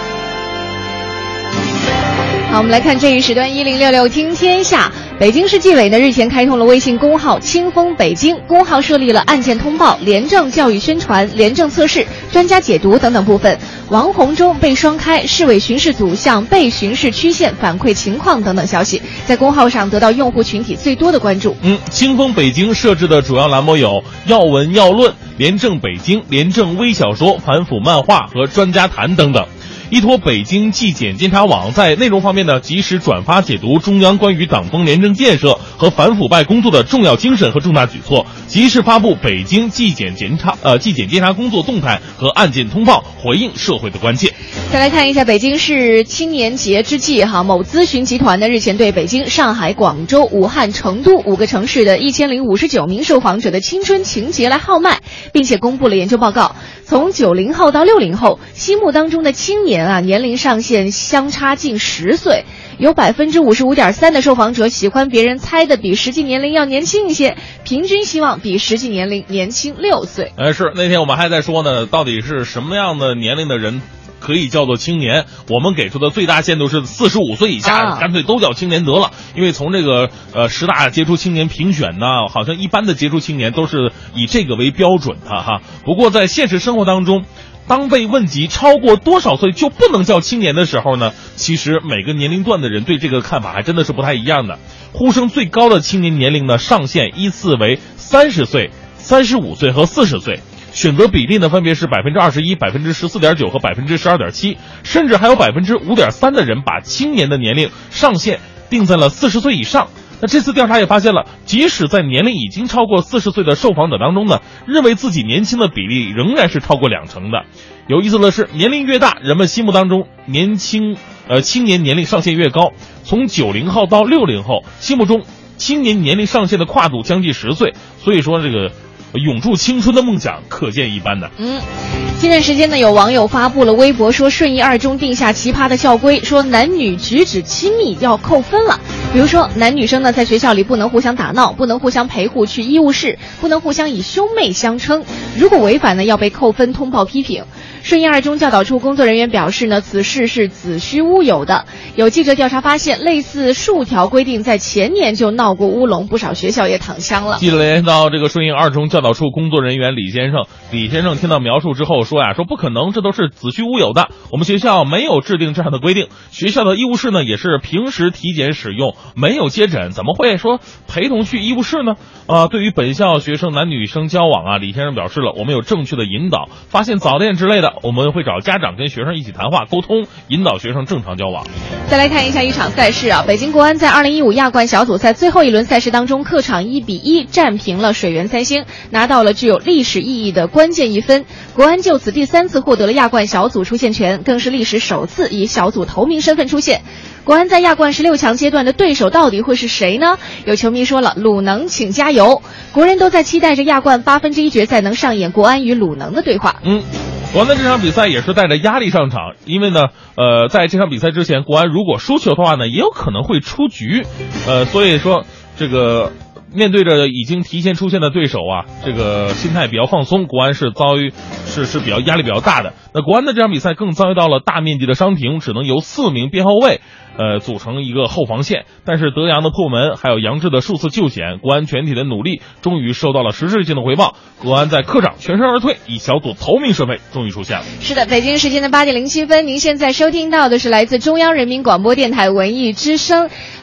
好，我们来看这一时段一零六六听天下。北京市纪委呢日前开通了微信公号清风北京，公号设立了案件通报、廉政教育宣传、廉政测试、专家解读等等部分。王洪忠被双开，市委巡视组向被巡视区县反馈情况等等消息，在公号上得到用户群体最多的关注。 嗯，清风北京设置的主要栏目有要闻要论、廉政北京、廉政微小说、反腐漫画和专家谈等等。依托北京纪检监察网在内容方面呢，及时转发解读中央关于党风廉政建设和反腐败工作的重要精神和重大举措，及时发布北京纪检监察呃纪检监察工作动态和案件通报，回应社会的关切。 再来看一下北京市青年节之际哈，某咨询集团呢日前对北京、上海、广州、武汉、成都五个城市的一千零五十九名受访者的青春情节来号脉，并且公布了研究报告。从九零后到六零后，心目当中的青年啊，年龄上限相差近十岁，有百分之五十五点三的受访者喜欢别人猜的比实际年龄要年轻一些，平均希望比实际年龄年轻六岁。 哎，是那天我们还在说呢，到底是什么样的年龄的人可以叫做青年？我们给出的最大限度是四十五岁以下，啊、干脆都叫青年得了。因为从这个呃十大杰出青年评选呢，好像一般的杰出青年都是以这个为标准的哈。不过在现实生活当中，当被问及超过多少岁就不能叫青年的时候呢，其实每个年龄段的人对这个看法还真的是不太一样的。呼声最高的青年年龄呢，上限依次为三十岁、三十五岁和四十岁。选择比例呢，分别是百分之二十一、百分之十四点九和百分之十二点七，甚至还有百分之五点三的人把青年的年龄上限定在了四十岁以上。那这次调查也发现了，即使在年龄已经超过四十岁的受访者当中呢，认为自己年轻的比例仍然是超过两成的。有意思的是，年龄越大，人们心目当中年轻呃青年年龄上限越高。从九零后到六零后，心目中青年年龄上限的跨度将近十岁。所以说这个永驻青春的梦想可见一斑的。 嗯，近段时间呢，有网友发布了微博说，顺义二中定下奇葩的校规，说男女举止亲密要扣分了。比如说，男女生呢在学校里不能互相打闹，不能互相陪护去医务室，不能互相以兄妹相称，如果违反呢要被扣分通报批评。顺义二中教导处工作人员表示呢，此事是子虚乌有的。有记者调查发现，类似数条规定在前年就闹过乌龙，不少学校也躺枪了。 记者联系到这个顺义二中教导处工作人员李先生，李先生听到描述之后说呀，说不可能，这都是子虚乌有的。我们学校没有制定这样的规定，学校的医务室呢也是平时体检使用，没有接诊，怎么会说陪同去医务室呢？啊、呃，对于本校学生男女生交往啊，李先生表示了，我们有正确的引导，发现早恋之类的，我们会找家长跟学生一起谈话沟通，引导学生正常交往。 再来看一下一场赛事啊，北京国安在二零一五亚冠小组赛最后一轮赛事当中，客场一比一战平了水原三星，拿到了具有历史意义的关键一分。国安就此第三次获得了亚冠小组出线权，更是历史首次以小组头名身份出现。国安在亚冠十六强阶段的对手到底会是谁呢？有球迷说了，鲁能请加油。国人都在期待着亚冠八分之一决赛能上演国安与鲁能的对话。 嗯。国安的这场比赛也是带着压力上场，因为呢，呃，在这场比赛之前，国安如果输球的话呢，也有可能会出局，呃，所以说这个面对着已经提前出现的对手啊，这个心态比较放松，国安是遭遇是是比较压力比较大的。那国安的这场比赛更遭遇到了大面积的伤停，只能由四名边后卫呃，组成一个后防线，但是德阳的破门，还有杨志的数次救险，国安全体的努力终于收到了实质性的回报。国安在客场全身而退，以小组头名身位终于出现了。 是的，北京时间的八点零七分，您现在收听到的是来自中央人民广播电台文艺之声。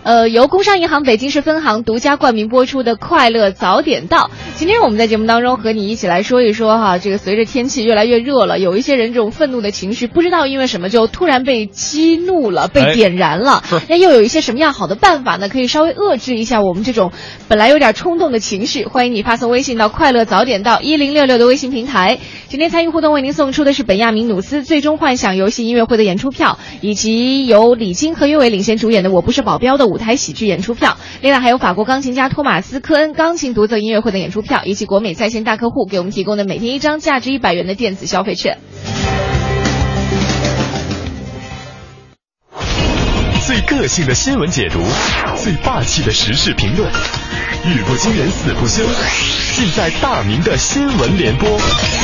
呃，由工商银行北京市分行独家冠名播出的《快乐早点到》。今天我们在节目当中和你一起来说一说哈，这个随着天气越来越热了，有一些人这种愤怒的情绪，不知道因为什么就突然被激怒了，被点燃了。那、哎、又有一些什么样好的办法呢？可以稍微遏制一下我们这种本来有点冲动的情绪。欢迎你发送微信到快乐早点到一零六六的微信平台。今天参与互动为您送出的是本亚明努斯最终幻想游戏音乐会的演出票，以及由李菁和岳伟领衔主演的我不是保镖的舞台喜剧演出票。另外还有法国钢琴家托马斯科恩钢琴独奏音乐会的演出票，以及国美在线大客户给我们提供的每天一张价值一百元的电子消费券。 最个性的新闻解读，最霸气的时事评论，语不惊人死不休，尽在大明的新闻联播。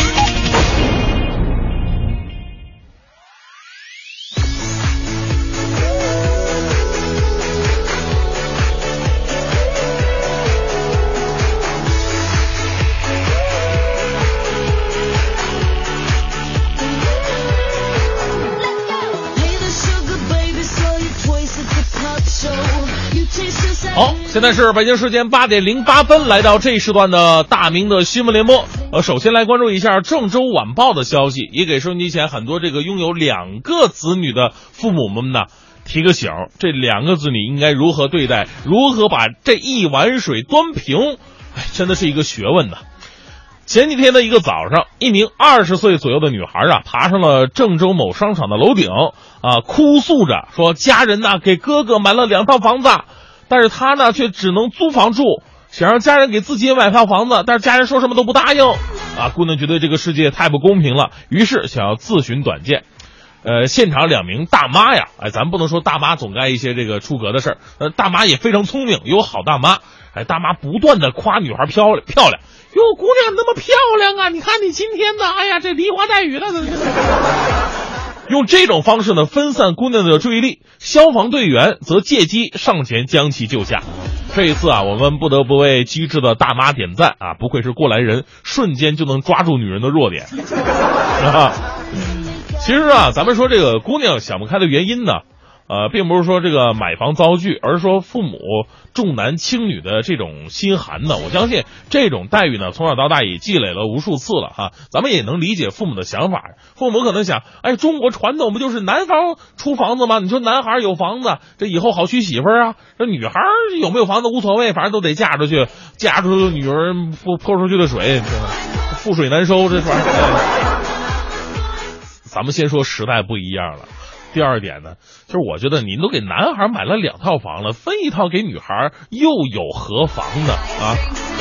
好，现在是北京时间八点零八分，来到这一时段的大明的新闻联播。呃，首先来关注一下郑州晚报的消息，也给收音机前很多这个拥有两个子女的父母们呢提个醒，这两个子女应该如何对待，如何把这一碗水端平，哎，真的是一个学问呢。前几天的一个早上，一名二十岁左右的女孩啊，爬上了郑州某商场的楼顶啊，哭诉着说家人呢给哥哥买了两套房子，但是他呢却只能租房住，想让家人给自己也买套房子，但是家人说什么都不答应啊。姑娘觉得这个世界太不公平了，于是想要自寻短见。呃，现场两名大妈呀，哎，咱不能说大妈总干一些这个出格的事儿，呃，大妈也非常聪明，有好大妈。哎，大妈不断的夸女孩漂亮漂亮，哟，姑娘那么漂亮啊！你看你今天的，哎呀，这梨花带雨的。用这种方式呢，分散姑娘的注意力，消防队员则借机上前将其救下。这一次啊，我们不得不为机智的大妈点赞啊！不愧是过来人，瞬间就能抓住女人的弱点啊！其实啊，咱们说这个姑娘想不开的原因呢，呃，并不是说这个买房遭拒，而是说父母重男轻女的这种心寒呢。我相信这种待遇呢，从小到大也积累了无数次了哈。咱们也能理解父母的想法，父母可能想，哎，中国传统不就是男方出房子吗？你说男孩有房子，这以后好娶媳妇儿啊。这女孩有没有房子无所谓，反正都得嫁出去，嫁出去女人泼泼出去的水，覆水难收，这玩意儿。咱们先说时代不一样了。第二点呢，就是我觉得您都给男孩买了两套房了，分一套给女孩又有何妨呢？啊，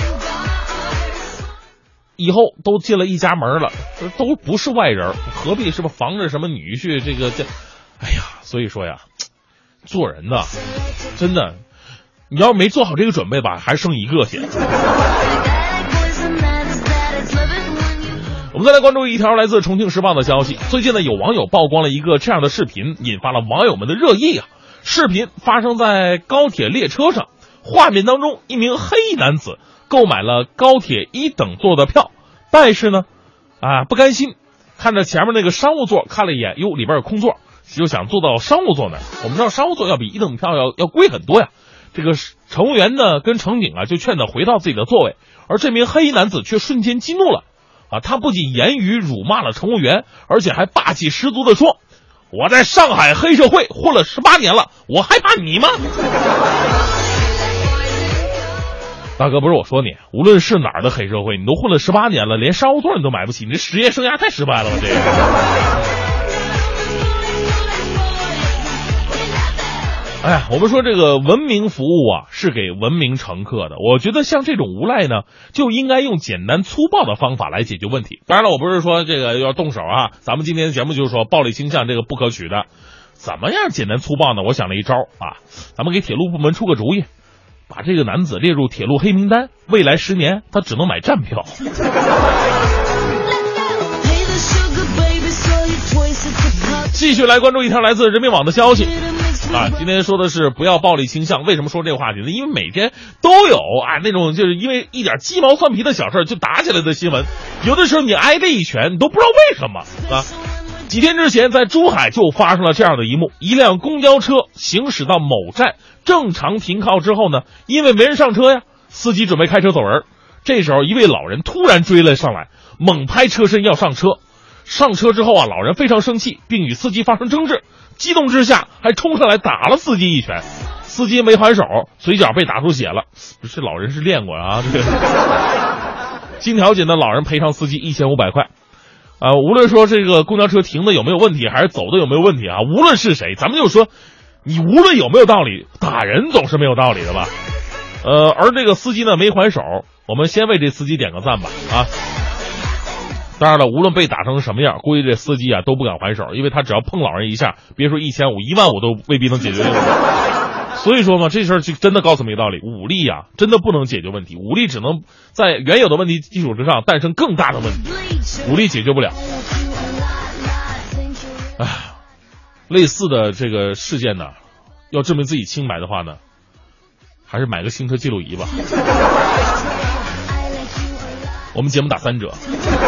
以后都进了一家门了，都不是外人，何必是不防着什么女婿这个这？哎呀，所以说呀，做人呢，真的，你要是没做好这个准备吧，还剩一个去。我们再来关注一条来自重庆时报的消息。最近呢，有网友曝光了一个这样的视频，引发了网友们的热议啊。视频发生在高铁列车上，画面当中一名黑衣男子购买了高铁一等座的票，但是呢，啊不甘心，看着前面那个商务座看了一眼，哟，里边有空座，就想坐到商务座那儿。我们知道商务座要比一等票要要贵很多呀。这个乘务员呢跟乘警啊就劝他回到自己的座位，而这名黑衣男子却瞬间激怒了。啊，他不仅言语辱骂了乘务员，而且还霸气十足地说：“我在上海黑社会混了十八年了，我还怕你吗？”大哥，不是我说你，无论是哪儿的黑社会，你都混了十八年了，连商务座你都买不起，你这职业生涯太失败了吧？这个。哎呀，我们说这个文明服务啊，是给文明乘客的。我觉得像这种无赖呢，就应该用简单粗暴的方法来解决问题。当然了，我不是说这个要动手啊，咱们今天的节目就是说暴力倾向这个不可取的。怎么样简单粗暴呢？我想了一招啊，咱们给铁路部门出个主意，把这个男子列入铁路黑名单，未来十年他只能买站票。继续来关注一条来自人民网的消息啊，今天说的是不要暴力倾向。为什么说这个话题呢？因为每天都有啊那种就是因为一点鸡毛蒜皮的小事就打起来的新闻，有的时候你挨这一拳你都不知道为什么啊。 几天之前，在珠海就发生了这样的一幕：一辆公交车行驶到某站，正常停靠之后呢，因为没人上车呀，司机准备开车走人。这时候，一位老人突然追了上来，猛拍车身要上车。上车之后啊，老人非常生气，并与司机发生争执，激动之下还冲上来打了司机一拳。司机没还手，嘴角被打出血了。这老人是练过啊！这个经调解呢，老人赔偿司机一千五百块。啊、呃，无论说这个公交车停的有没有问题，还是走的有没有问题啊，无论是谁，咱们就说，你无论有没有道理，打人总是没有道理的吧？呃，而这个司机呢没还手，我们先为这司机点个赞吧啊！当然了，无论被打成什么样，估计这司机啊都不敢还手，因为他只要碰老人一下，别说一千五、一万五都未必能解决这个问题。所以说嘛，这事儿就真的告诉没道理，武力啊真的不能解决问题，武力只能在原有的问题基础之上诞生更大的问题，武力解决不了。唉，类似的这个事件呢，要证明自己清白的话呢，还是买个行车记录仪吧。我们节目打三折。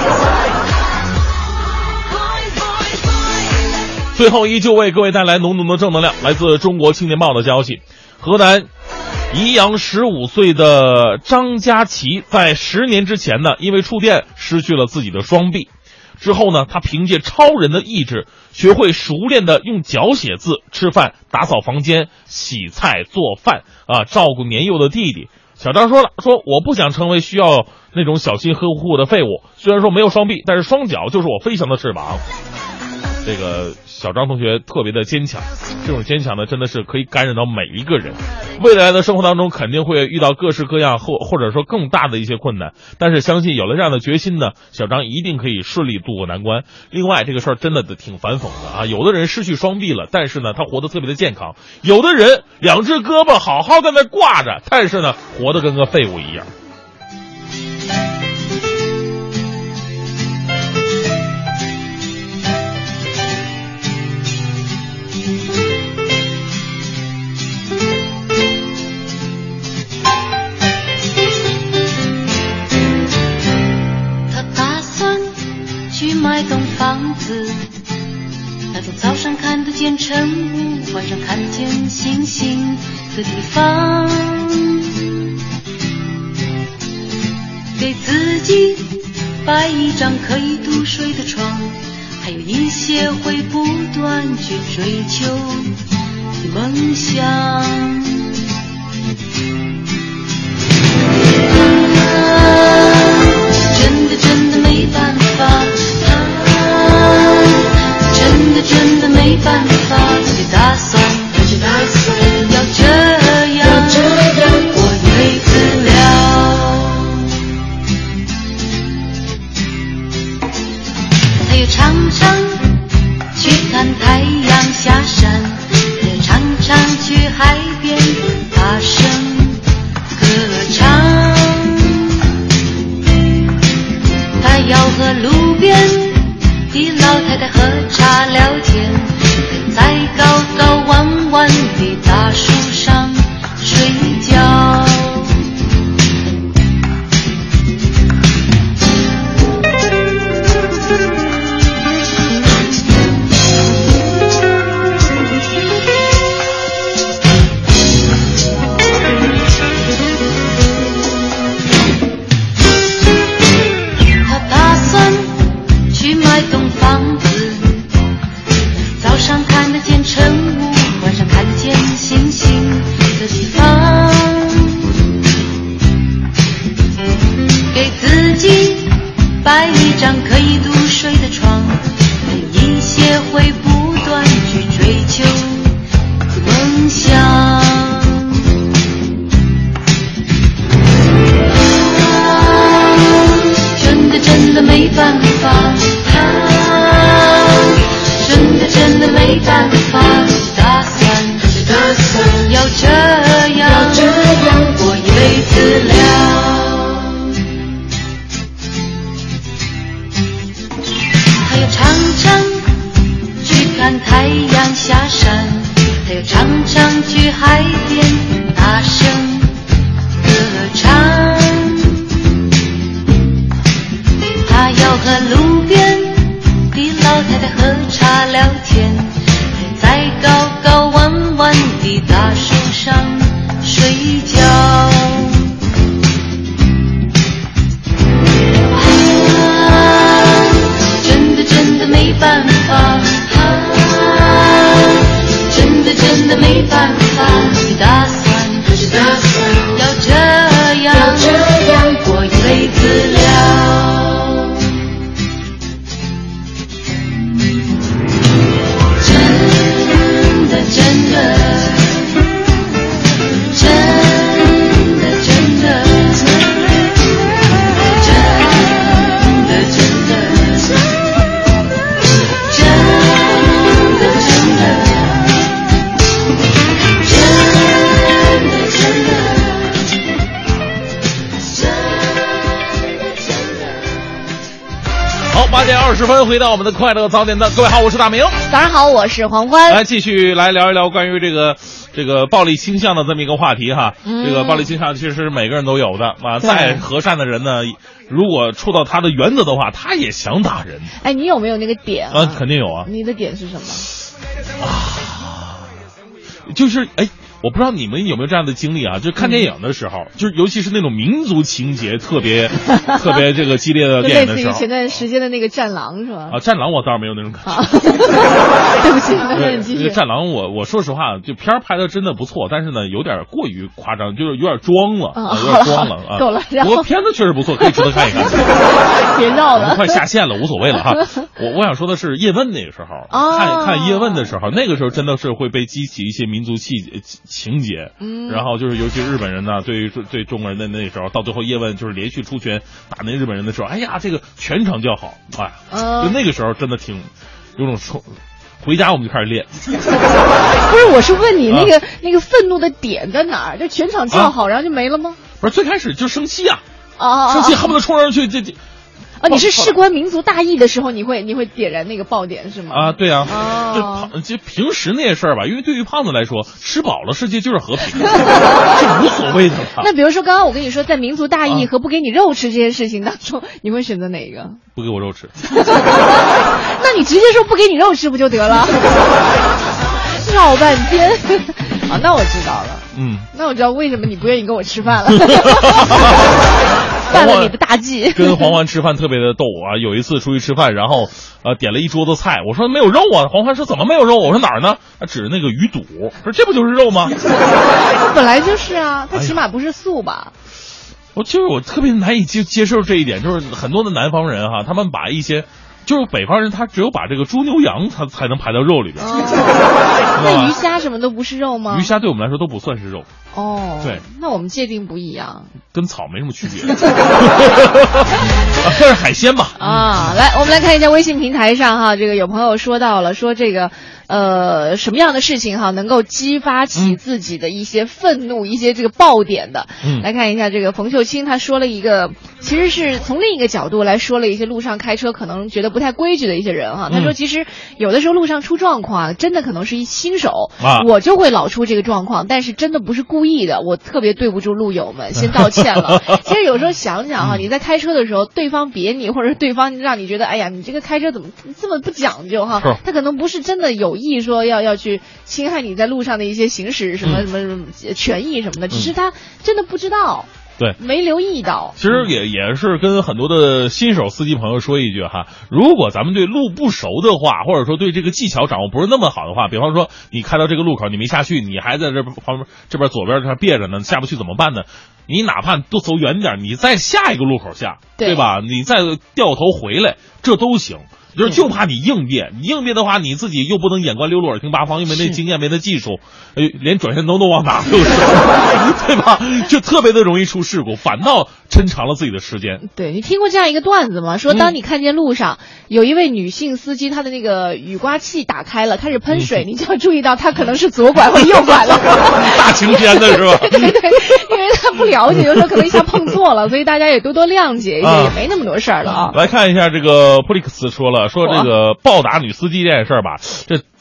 最后依旧为各位带来浓浓的正能量。来自中国青年报的消息，河南宜阳十五岁的张佳琪在十年之前呢，因为触电失去了自己的双臂。之后呢，他凭借超人的意志，学会熟练的用脚写字、吃饭、打扫房间、洗菜、做饭啊，照顾年幼的弟弟。小张说了，说我不想成为需要那种小心呵护的废物，虽然说没有双臂，但是双脚就是我飞翔的翅膀。这个小张同学特别的坚强，这种坚强呢，真的是可以感染到每一个人。未来的生活当中肯定会遇到各式各样或或者说更大的一些困难，但是相信有了这样的决心呢，小张一定可以顺利度过难关。另外，这个事儿真的挺反讽的啊，有的人失去双臂了，但是呢，他活得特别的健康；有的人两只胳膊好好在那挂着，但是呢，活得跟个废物一样。 买栋房子，那种早上看得见晨雾，晚上看得见星星的地方，给自己摆一张可以入睡的床，还有一些会不断去追求的梦想。啊，真的真的没办法，真的真的没办法，就打算就打算要这样，要这样过一辈子了。还有常常去看太阳下山，还有常常去海边大声歌唱，还要和路边的老太太喝茶聊天，在高高弯弯的大树上睡觉。他打算去买栋房子，早上看得见晨雾，晚上看得见星星的地方，给自己摆一张可以入睡的床，还有一些会不断去追求的梦想。啊，真的真的没办法，啊，真的真的没办法，打算打算要这样，要这样过一辈子了。还有常常去看太阳下山，还有常常去海边大声歌唱，他要和路边的老太太喝茶聊天，在高高弯弯的大树上睡觉。啊，真的真的没办法，啊，真的真的没办法，你打算打算要这样要这样过一辈子了。真的真的真的真的真的真八点二十分，回到我们的快乐早点档，各位好，我是大明。 早上好，我是黄欢。 来继续来聊一聊关于这个这个暴力倾向的这么一个话题哈。嗯、这个暴力倾向其实每个人都有的啊，再和善的人呢，如果触到他的原则的话，他也想打人。 哎，你有没有那个点啊？ 啊，肯定有啊。 你的点是什么？ 啊，就是哎。我不知道你们有没有这样的经历啊？就是看电影的时候，嗯、就是尤其是那种民族情节特别特别这个激烈的电影的时候， 类似于前段时间的那个《战狼》是吧？ 啊，《战狼》我倒是没有那种感觉。 对不起，那你继续。 《战狼》我我说实话，就片儿拍的真的不错，但是呢，有点过于夸张，就是有点装了， 啊、 有点装了啊。 够了。 不过片子确实不错，可以值得看一看。 别闹了， 快下线了，无所谓了哈。我我想说的是，叶问那个时候， 哦、 看看叶问的时候，那个时候真的是会被激起一些民族气情节。嗯然后就是尤其日本人呢，对于对中国人的那时候，到最后叶问就是连续出拳打那日本人的时候，哎呀，这个全场叫好，哎，就那个时候真的挺有种冲。回家我们就开始练。 不是，我是问你那个、啊、那个愤怒的点在哪儿？就全场叫好、啊，然后就没了吗？ 不是，最开始就生气啊， 啊， 生气恨不得冲上去这这。 啊，你是事关民族大义的时候，你会你会点燃那个爆点是吗？ 啊，对啊， 哦、 就就平时那些事儿吧，因为对于胖子来说，吃饱了世界就是和平，是无所谓的。 那比如说刚刚我跟你说，在民族大义和不给你肉吃这件事情当中，啊、你会选择哪一个？ 不给我肉吃。 那你直接说不给你肉吃不就得了？绕半天。啊，那我知道了。嗯，那我知道为什么你不愿意跟我吃饭了。犯了你的大忌。 跟黄欢吃饭特别的逗啊！有一次出去吃饭，然后呃点了一桌子菜，我说没有肉啊，黄欢说怎么没有肉？我说哪儿呢？他指着那个鱼肚，说这不就是肉吗？ 本来就是啊，它起码不是素吧？ 哎、我就是我特别难以接接受这一点，就是很多的南方人哈，他们把一些。就是北方人，他只有把这个猪牛羊，他才能排到肉里边。 哦、那鱼虾什么都不是肉吗？ 鱼虾对我们来说都不算是肉。 哦， 对， 那我们界定不一样， 跟草没什么区别。算是海鲜吧。 啊，来，我们来看一下微信平台上哈，这个有朋友说到了，说这个呃什么样的事情哈能够激发起自己的一些愤怒、嗯、一些这个爆点的。嗯，来看一下这个冯秀清，他说了一个，其实是从另一个角度来说了一些路上开车可能觉得不太规矩的一些人哈。他说，其实有的时候路上出状况，真的可能是一新手，啊、我就会老出这个状况，但是真的不是故意的，我特别对不住路友们，先道歉了。其实有时候想想哈，你在开车的时候，对方别你，或者对方让你觉得，哎呀，你这个开车怎么这么不讲究哈？他可能不是真的有意说要要去侵害你在路上的一些行驶什么什么什么权益什么的，只是他真的不知道。 对， 没留意到。 其实也也是跟很多的新手司机朋友说一句哈，如果咱们对路不熟的话，或者说对这个技巧掌握不是那么好的话，比方说你开到这个路口，你没下去，你还在这旁边这边左边这别着呢，下不去怎么办呢？你哪怕多走远点，你在下一个路口下，对, 对吧？你再掉头回来，这都行。就是就怕你应变，你应变的话，你自己又不能眼观六路耳听八方，又没那经验，没那技术，哎，连转向灯都往哪就是，对吧？就特别的容易出事故，反倒抻长了自己的时间。 对，你听过这样一个段子吗？说当你看见路上、嗯、有一位女性司机，她的那个雨刮器打开了，开始喷水，嗯、你就要注意到她可能是左拐或右拐了。 大晴天的是吧？ 对对对，因为她不了解，有时候可能一下碰错了，所以大家也多多谅解一些，啊、也没那么多事儿了啊。 来看一下这个普利克斯说了。说这个暴打女司机这件事儿吧，这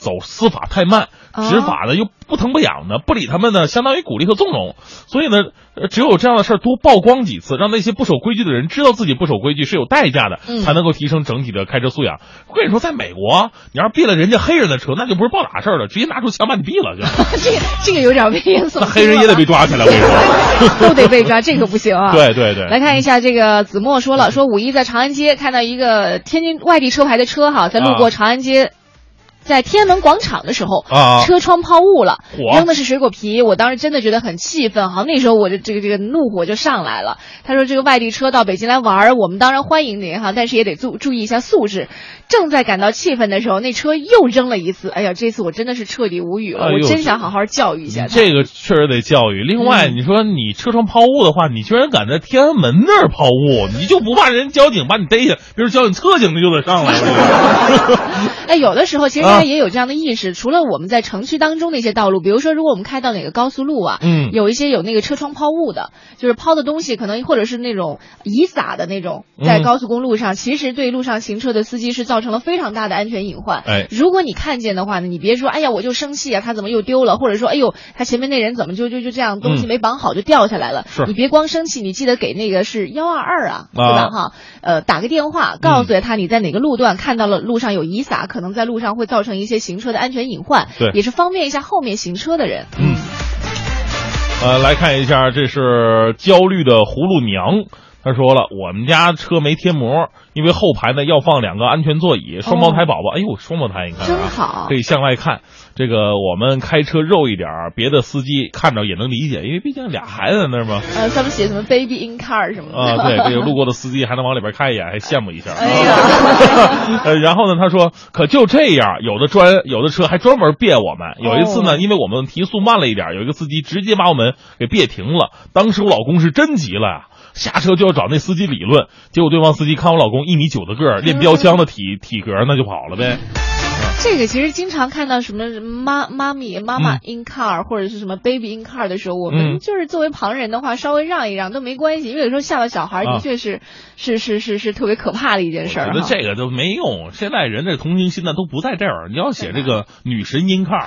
走司法太慢，执法呢又不疼不痒的，不理他们呢，相当于鼓励和纵容。所以呢，只有这样的事儿多曝光几次，让那些不守规矩的人知道自己不守规矩是有代价的， 嗯、 才能够提升整体的开车素养。我跟你说，在美国，你要是别了人家黑人的车，那就不是爆打事儿了，直接拿出枪把你毙了就。 这个这个有点危言耸听了。 那黑人也得被抓起来，我跟你说， 都得被抓，这可不行啊。 对对对。 来看一下这个子墨说了，说五一在长安街看到一个天津外地车牌的车哈，在路过长安街。啊在天安门广场的时候，啊，车窗抛物了，扔的是水果皮。我当时真的觉得很气愤，好，那时候我的这个这个怒火就上来了。他说这个外地车到北京来玩，我们当然欢迎您哈，但是也得注注意一下素质。正在感到气愤的时候，那车又扔了一次。哎呀，这次我真的是彻底无语了，哎、我真想好好教育一下他。 这个确实得教育。另外，嗯、你说你车窗抛物的话，你居然敢在天安门那儿抛物，你就不怕人交警把你逮下？比如交警侧警的就得上来了。 哎，有的时候其实大家也有这样的意识，啊、除了我们在城区当中的一些道路，比如说如果我们开到哪个高速路啊，嗯，有一些有那个车窗抛物的，就是抛的东西可能或者是那种遗撒的那种，在高速公路上，嗯、其实对路上行车的司机是造成了非常大的安全隐患。 哎， 如果你看见的话呢，你别说，哎呀，我就生气啊，他怎么又丢了，或者说，哎呦，他前面那人怎么就就就这样东西没绑好就掉下来了。 是、嗯， 你别光生气，你记得给那个是幺二二啊，对吧？哈，呃，打个电话告诉他你在哪个路段看到了路上有遗撒，可能在路上会造成一些行车的安全隐患， 对， 也是方便一下后面行车的人。 嗯，呃，来看一下，这是焦虑的葫芦娘。他说了，我们家车没贴膜，因为后排呢要放两个安全座椅，双胞胎宝宝。哦、哎呦，双胞胎，你看、啊， 真好， 可以向外看。这个我们开车肉一点，别的司机看着也能理解，因为毕竟俩孩子在那儿嘛。 呃，上面写什么 baby in car 什么的。 啊，对，这个路过的司机还能往里边看一眼，还羡慕一下。 哎呀， 呃，然后呢，他说，可就这样，有的专有的车还专门别我们。有一次呢，因为我们提速慢了一点，有一个司机直接把我们给别停了。当时我老公是真急了呀。下车就要找那司机理论，结果对方司机看我老公一米九的个儿，练标枪的体体格，那就跑了呗。 这个其实经常看到什么妈妈咪妈妈 in car、嗯、或者是什么 baby in car 的时候，我们就是作为旁人的话，稍微让一让都没关系，因为有时候吓到小孩的确是、啊、是是是是特别可怕的一件事儿。 我觉得这个都没用，现在人的同情心呢都不在这儿。你要写这个女神 in car，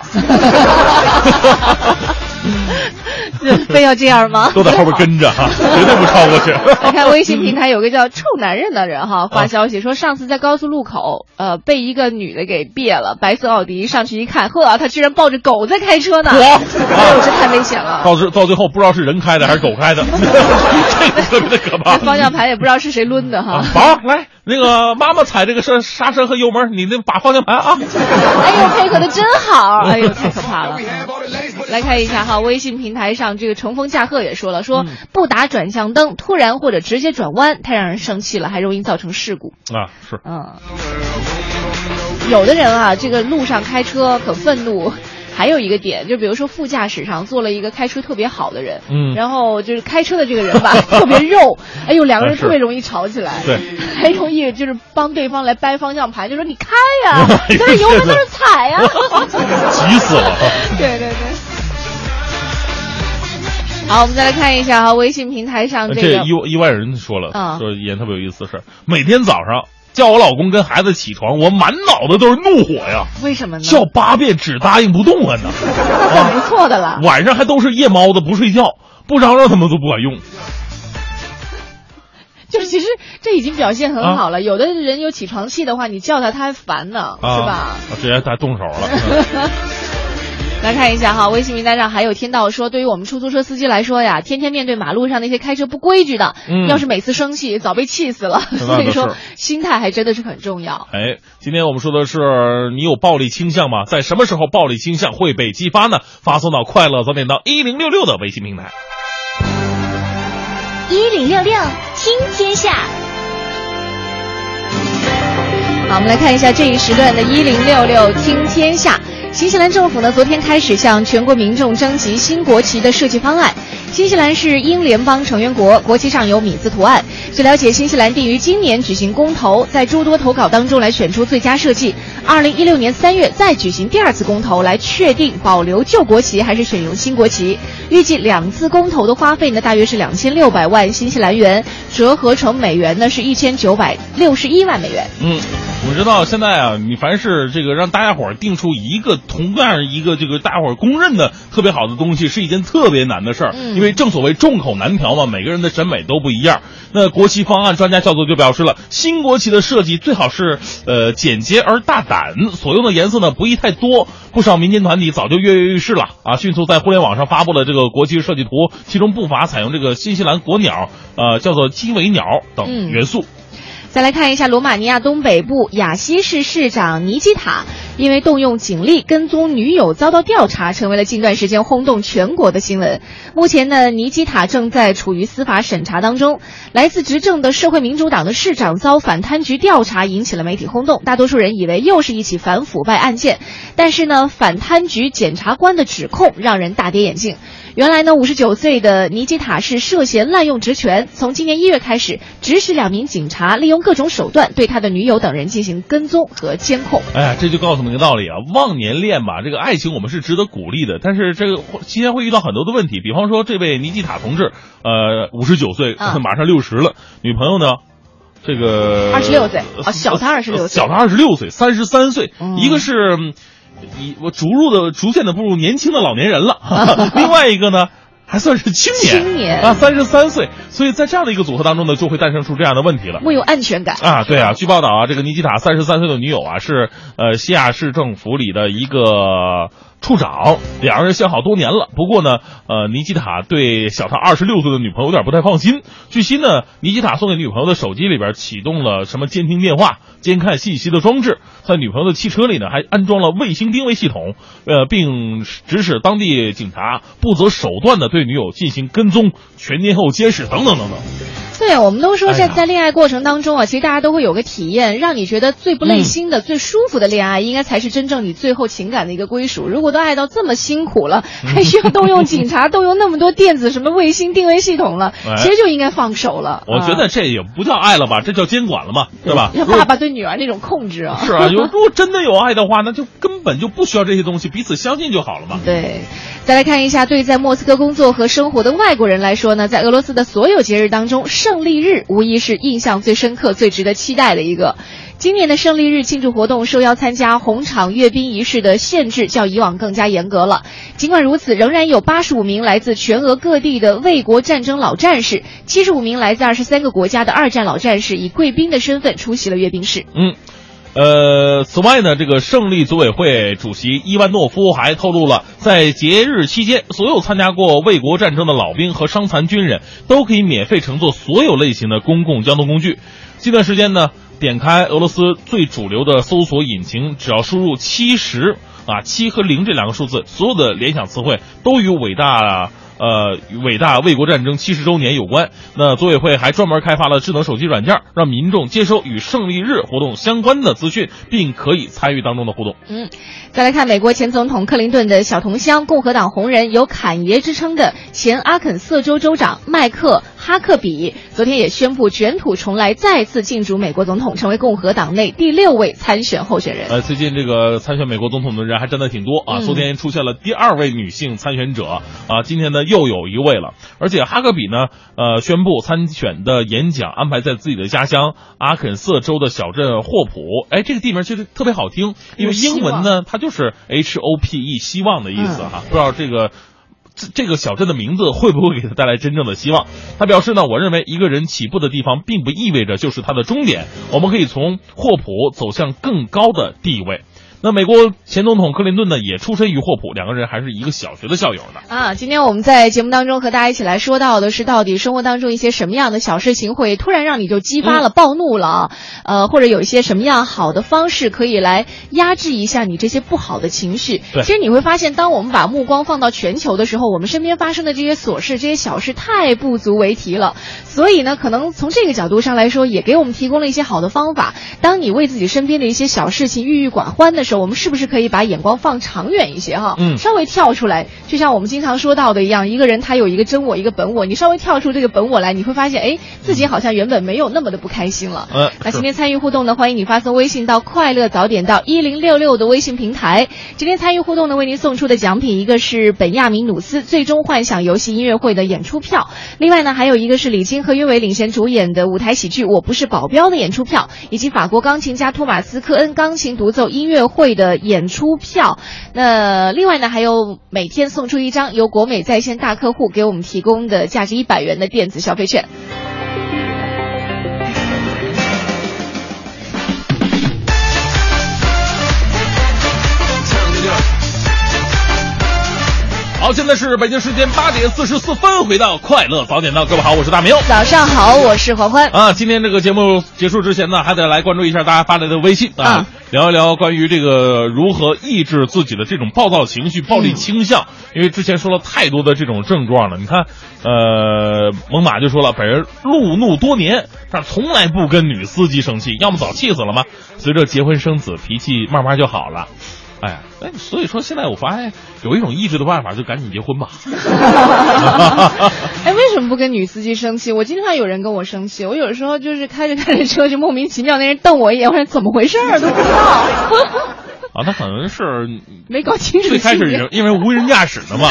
非要这样吗？ 都在后边跟着哈，绝对不超过去。 来看微信平台有个叫臭男人的人哈发消息说，上次在高速路口呃被一个女的给别了，白色奥迪上去一看，呵，他居然抱着狗在开车呢！哇，哎呦，这太危险了。 到最到最后不知道是人开的还是狗开的，这个特别的可怕。 方向盘也不知道是谁抡的哈。 宝、啊，来，那个妈妈踩这个刹刹车和油门，你那把方向盘啊。 哎呦，配合的真好，哎呦，太可怕了。来看一下哈，微信平台上这个乘风驾鹤也说了，说不打转向灯，突然或者直接转弯，太让人生气了，还容易造成事故啊。是， 嗯，有的人啊，这个路上开车可愤怒。还有一个点，就比如说副驾驶上坐了一个开车特别好的人，嗯，然后就是开车的这个人吧，特别肉，哎呦，两个人特别容易吵起来， 对， 还容易就是帮对方来掰方向盘，就说你开呀，你在这油门在这踩呀， 急死了。 对对对。好，我们再来看一下哈，微信平台上这个这意意外人说了，嗯、说一件特别有意思的事，每天早上。叫我老公跟孩子起床，我满脑子都是怒火呀！ 为什么呢？ 叫八遍只答应不动啊呢！ 那很不错的了、啊。 晚上还都是夜猫子不睡觉，不嚷嚷他们都不管用。 就是其实这已经表现很好了。啊、有的人有起床气的话，你叫他他还烦呢，啊、是吧？ 直接他动手了。 来看一下哈，微信名单上还有听到说，对于我们出租车司机来说呀，天天面对马路上那些开车不规矩的，嗯、要是每次生气，早被气死了。所以说，心态还真的是很重要。 哎，今天我们说的是，你有暴力倾向吗？在什么时候暴力倾向会被激发呢？发送到快乐早点到一零六六的微信平台。 一零六六听天下。 好，我们来看一下这一时段的一零六六听天下。新西兰政府呢，昨天开始向全国民众征集新国旗的设计方案。新西兰是英联邦成员国，国旗上有米字图案。据了解，新西兰定于今年举行公投，在诸多投稿当中来选出最佳设计。 二零一六年三月再举行第二次公投，来确定保留旧国旗还是选用新国旗。预计两次公投的花费呢，大约是两千六百万新西兰元，折合成美元呢是一千九百六十一万美元。 嗯。我知道现在啊，你凡是这个让大家伙儿定出一个同样一个这个大家伙儿公认的特别好的东西，是一件特别难的事儿。嗯，因为正所谓众口难调嘛，每个人的审美都不一样。那国旗方案专家教授就表示了，新国旗的设计最好是呃简洁而大胆，所用的颜色呢不宜太多。不少民间团体早就跃跃欲试了啊，迅速在互联网上发布了这个国旗设计图，其中不乏采用这个新西兰国鸟，呃叫做鸡尾鸟等元素。嗯， 再来看一下罗马尼亚东北部雅西市市长尼基塔，因为动用警力跟踪女友遭到调查，成为了近段时间轰动全国的新闻。目前呢，尼基塔正在处于司法审查当中。来自执政的社会民主党的市长遭反贪局调查，引起了媒体轰动。大多数人以为又是一起反腐败案件，但是呢，反贪局检察官的指控让人大跌眼镜。原来呢，五十九岁的尼基塔是涉嫌滥用职权，从今年一月开始，指使两名警察利用各种手段对他的女友等人进行跟踪和监控。 哎呀，这就告诉我们一个道理啊，忘年恋吧，这个爱情我们是值得鼓励的，但是这个期间会遇到很多的问题，比方说这位尼基塔同志，呃，五十九岁，啊、马上六十了，女朋友呢？这个二十六岁，啊，小他二十六岁， 小他二十六岁，三十三岁，嗯、一个是。一我逐入的逐渐的步入年轻的老年人了，另外一个呢还算是青年， 青年啊，三十三岁，所以在这样的一个组合当中呢，就会诞生出这样的问题了， 没有安全感啊。对啊，据报道啊，这个尼基塔三十三岁的女友啊，是呃西亚市政府里的一个处长，两人相好多年了。不过呢，呃，尼基塔对小他二十六岁的女朋友有点不太放心。据悉呢，尼基塔送给女朋友的手机里边启动了什么监听电话、监看信息的装置，在女朋友的汽车里呢，还安装了卫星定位系统，呃，并指使当地警察不择手段的对女友进行跟踪、全天候监视等等等等。 对，我们都说在在恋爱过程当中啊，其实大家都会有个体验，让你觉得最不累心的、嗯、最舒服的恋爱，应该才是真正你最后情感的一个归属。如果都爱到这么辛苦了，还需要动用警察，动用那么多电子什么卫星定位系统了，哎、其实就应该放手了。 我觉得这也不叫爱了吧，这叫监管了嘛，对吧？ 要爸爸对女儿那种控制啊。 是啊，如果真的有爱的话，那就根本就不需要这些东西，彼此相信就好了嘛。 对，再来看一下，对在莫斯科工作和生活的外国人来说呢，在俄罗斯的所有节日当中，胜利日无疑是印象最深刻、最值得期待的一个。今年的胜利日庆祝活动受邀参加红场阅兵仪式的限制较以往更加严格了。尽管如此，仍然有八十五名来自全俄各地的卫国战争老战士，七十五名来自二十三个国家的二战老战士以贵宾的身份出席了阅兵式。 嗯。呃，此外呢，这个胜利组委会主席伊万诺夫还透露了，在节日期间，所有参加过卫国战争的老兵和伤残军人都可以免费乘坐所有类型的公共交通工具。近段时间呢，点开俄罗斯最主流的搜索引擎，只要输入七十啊，七和零这两个数字，所有的联想词汇都与伟大呃，与伟大卫国战争七十周年有关。那组委会还专门开发了智能手机软件，让民众接收与胜利日活动相关的资讯，并可以参与当中的互动。 嗯，再来看美国前总统克林顿的小同乡，共和党红人有侃爷之称的前阿肯色州州长麦克哈克比，昨天也宣布卷土重来，再次竞逐美国总统，成为共和党内第六位参选候选人。 呃，最近这个参选美国总统的人还真的挺多啊，昨天出现了第二位女性参选者啊，今天呢又有一位了，而且哈克比呢，呃，宣布参选的演讲安排在自己的家乡阿肯色州的小镇霍普。哎，这个地名其实特别好听，因为英文呢它就是 H O P E 希望的意思哈、嗯，不知道这个这个小镇的名字会不会给他带来真正的希望。他表示呢，我认为一个人起步的地方并不意味着就是他的终点，我们可以从霍普走向更高的地位。那美国前总统克林顿呢，也出身于霍普，两个人还是一个小学的校友呢。 啊，今天我们在节目当中和大家一起来说到的是，到底生活当中一些什么样的小事情会突然让你就激发了、暴怒了，嗯、呃，或者有一些什么样好的方式可以来压制一下你这些不好的情绪。 对， 其实你会发现，当我们把目光放到全球的时候，我们身边发生的这些琐事、这些小事太不足为提了。所以呢，可能从这个角度上来说，也给我们提供了一些好的方法。当你为自己身边的一些小事情郁郁寡欢的时候， 时候，我们是不是可以把眼光放长远一些哈？ 嗯， 稍微跳出来，就像我们经常说到的一样，一个人他有一个真我，一个本我，你稍微跳出这个本我来，你会发现，哎，自己好像原本没有那么的不开心了。 嗯， 那今天参与互动呢，欢迎你发送微信到快乐早点到一零六六的微信平台。今天参与互动呢，为您送出的奖品一个是本亚明努斯最终幻想游戏音乐会的演出票，另外呢还有一个是李菁和岳伟领衔主演的舞台喜剧《我不是保镖》的演出票，以及法国钢琴家托马斯科恩钢琴独奏音乐会的演出票。那另外呢还有每天送出一张由国美在线大客户给我们提供的价值一百元的电子消费券。 好，现在是北京时间八点四十四分，回到快乐早点到，各位好，我是大明。 早上好，我是黄欢。 啊，今天这个节目结束之前呢，还得来关注一下大家发来的微信啊， 啊聊一聊关于这个如何抑制自己的这种暴躁情绪、暴力倾向。嗯、因为之前说了太多的这种症状了，你看，呃，猛犸就说了，本人路怒多年，但从来不跟女司机生气，要么早气死了吗？随着结婚生子，脾气慢慢就好了。哎呀，哎，所以说现在我发现有一种抑制的办法，就赶紧结婚吧。 哎，为什么不跟女司机生气？我经常有人跟我生气，我有的时候就是开着开着车就莫名其妙，那人瞪我一眼，我说怎么回事儿都不知道。 啊，他可能是没搞清楚。 最开始因为无人驾驶的嘛。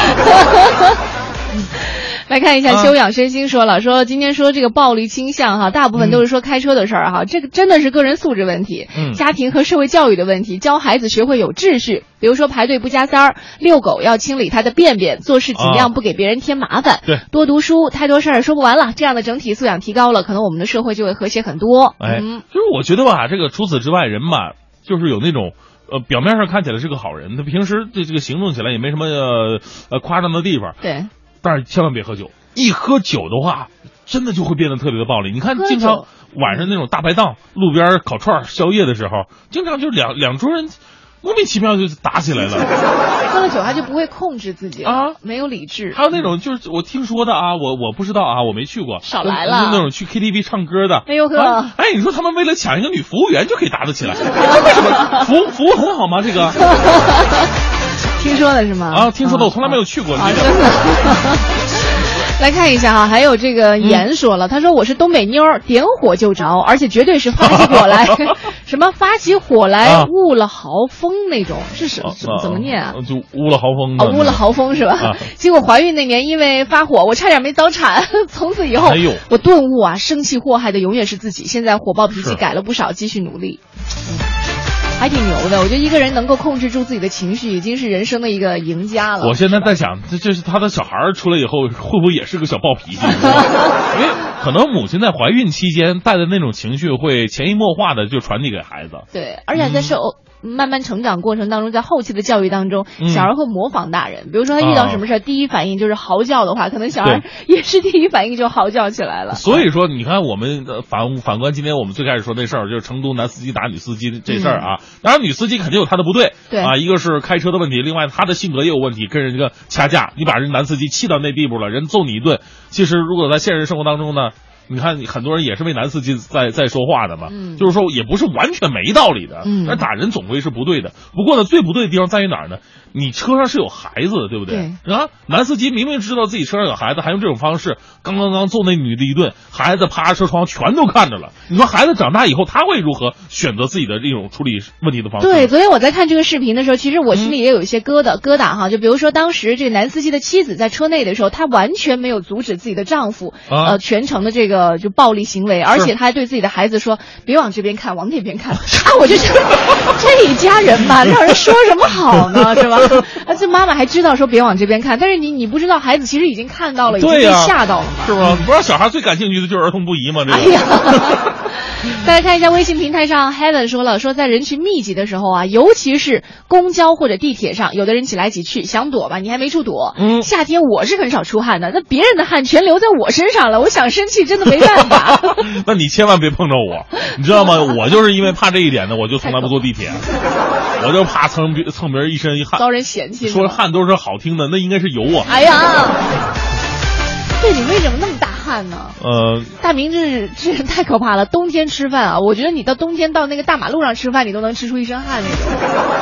来看一下修养身心说了，说今天说这个暴力倾向哈，大部分都是说开车的事儿哈，嗯、这个真的是个人素质问题，嗯，家庭和社会教育的问题，教孩子学会有秩序，比如说排队不加塞儿，遛狗要清理它的便便，做事尽量不给别人添麻烦， 对、啊， 多读书，太多事儿说不完了，这样的整体素养提高了，可能我们的社会就会和谐很多。 哎，嗯、就是我觉得吧，这个除此之外，人嘛，就是有那种。呃，表面上看起来是个好人，他平时这这个行动起来也没什么呃呃夸张的地方。 对， 但是千万别喝酒，一喝酒的话，真的就会变得特别的暴力。你看，经常晚上那种大排档、路边烤串、宵夜的时候，经常就两两桌人莫名其妙就打起来了。 喝了酒他就不会控制自己啊，没有理智。 还有那种就是我听说的啊，我我不知道啊，我没去过。 少来了。 那种去 K T V 唱歌的。 哎呦呵、 啊！哎，你说他们为了抢一个女服务员就可以打得起来，为什么？服服务很好吗？这个？ 听说的是吗？ 啊，听说的，我从来没有去过。 啊，真的。来看一下哈，还有这个严说了，嗯、他说我是东北妞，点火就着，而且绝对是发起火来，什么发起火来误了豪风那种，是什么、啊、怎么怎么念啊？ 就误了豪风啊，误了豪风是吧？啊、结果怀孕那年因为发火，我差点没早产，从此以后、哎、我顿悟啊，生气祸害的永远是自己。现在火爆脾气改了不少，继续努力。嗯还挺牛的，我觉得一个人能够控制住自己的情绪，已经是人生的一个赢家了。 我现在在想，这这是他的小孩出来以后，会不会也是个小暴脾气？因为可能母亲在怀孕期间带的那种情绪，会潜移默化的就传递给孩子。 对，而且在受、嗯。慢慢成长过程当中，在后期的教育当中，小孩会模仿大人。嗯、比如说他遇到什么事儿，啊、第一反应就是嚎叫的话，可能小孩也是第一反应就嚎叫起来了。 所以说，你看我们反反观今天我们最开始说那事儿，就是成都男司机打女司机这事儿啊。嗯、当然，女司机肯定有她的不对， 对啊，一个是开车的问题，另外她的性格也有问题，跟人家掐架，你把人男司机气到那地步了，人揍你一顿。其实如果在现实生活当中呢？你看，很多人也是为男司机在在说话的嘛，嗯、就是说也不是完全没道理的，嗯、但打人总归是不对的。不过呢，最不对的地方在于哪儿呢？你车上是有孩子的，对不对？对啊，男司机明明知道自己车上有孩子，还用这种方式，刚刚刚揍那女的一顿，孩子趴车窗全都看着了。你说孩子长大以后他会如何选择自己的这种处理问题的方式？ 对，昨天我在看这个视频的时候，其实我心里也有一些疙瘩、嗯、疙瘩哈。就比如说当时这个男司机的妻子在车内的时候，她完全没有阻止自己的丈夫、啊、呃全程的这个就暴力行为，而且他还对自己的孩子说别往这边看，往那边看。啊，我就觉得这一家人吧，让人说什么好呢，是吧？而且妈妈还知道说别往这边看，但是你你不知道孩子其实已经看到了，已经被吓到了嘛， 是吧？你不知道小孩最感兴趣的就是儿童不宜吗？这个。 哎呀。再来看一下微信平台上 Helen 说了，说在人群密集的时候啊，尤其是公交或者地铁上，有的人挤来挤去，想躲吧，你还没处躲。嗯，夏天我是很少出汗的，那别人的汗全流在我身上了，我想生气真的没办法。 那你千万别碰着我，你知道吗？我就是因为怕这一点呢，我就从来不坐地铁，我就怕蹭别蹭别人一身一汗， 遭人嫌弃。 说汗都是好听的，那应该是油啊。 哎呀。对，你为什么那么大汗呢？ 呃， 大明这这人太可怕了。冬天吃饭啊，我觉得你到冬天到那个大马路上吃饭，你都能吃出一身汗那种。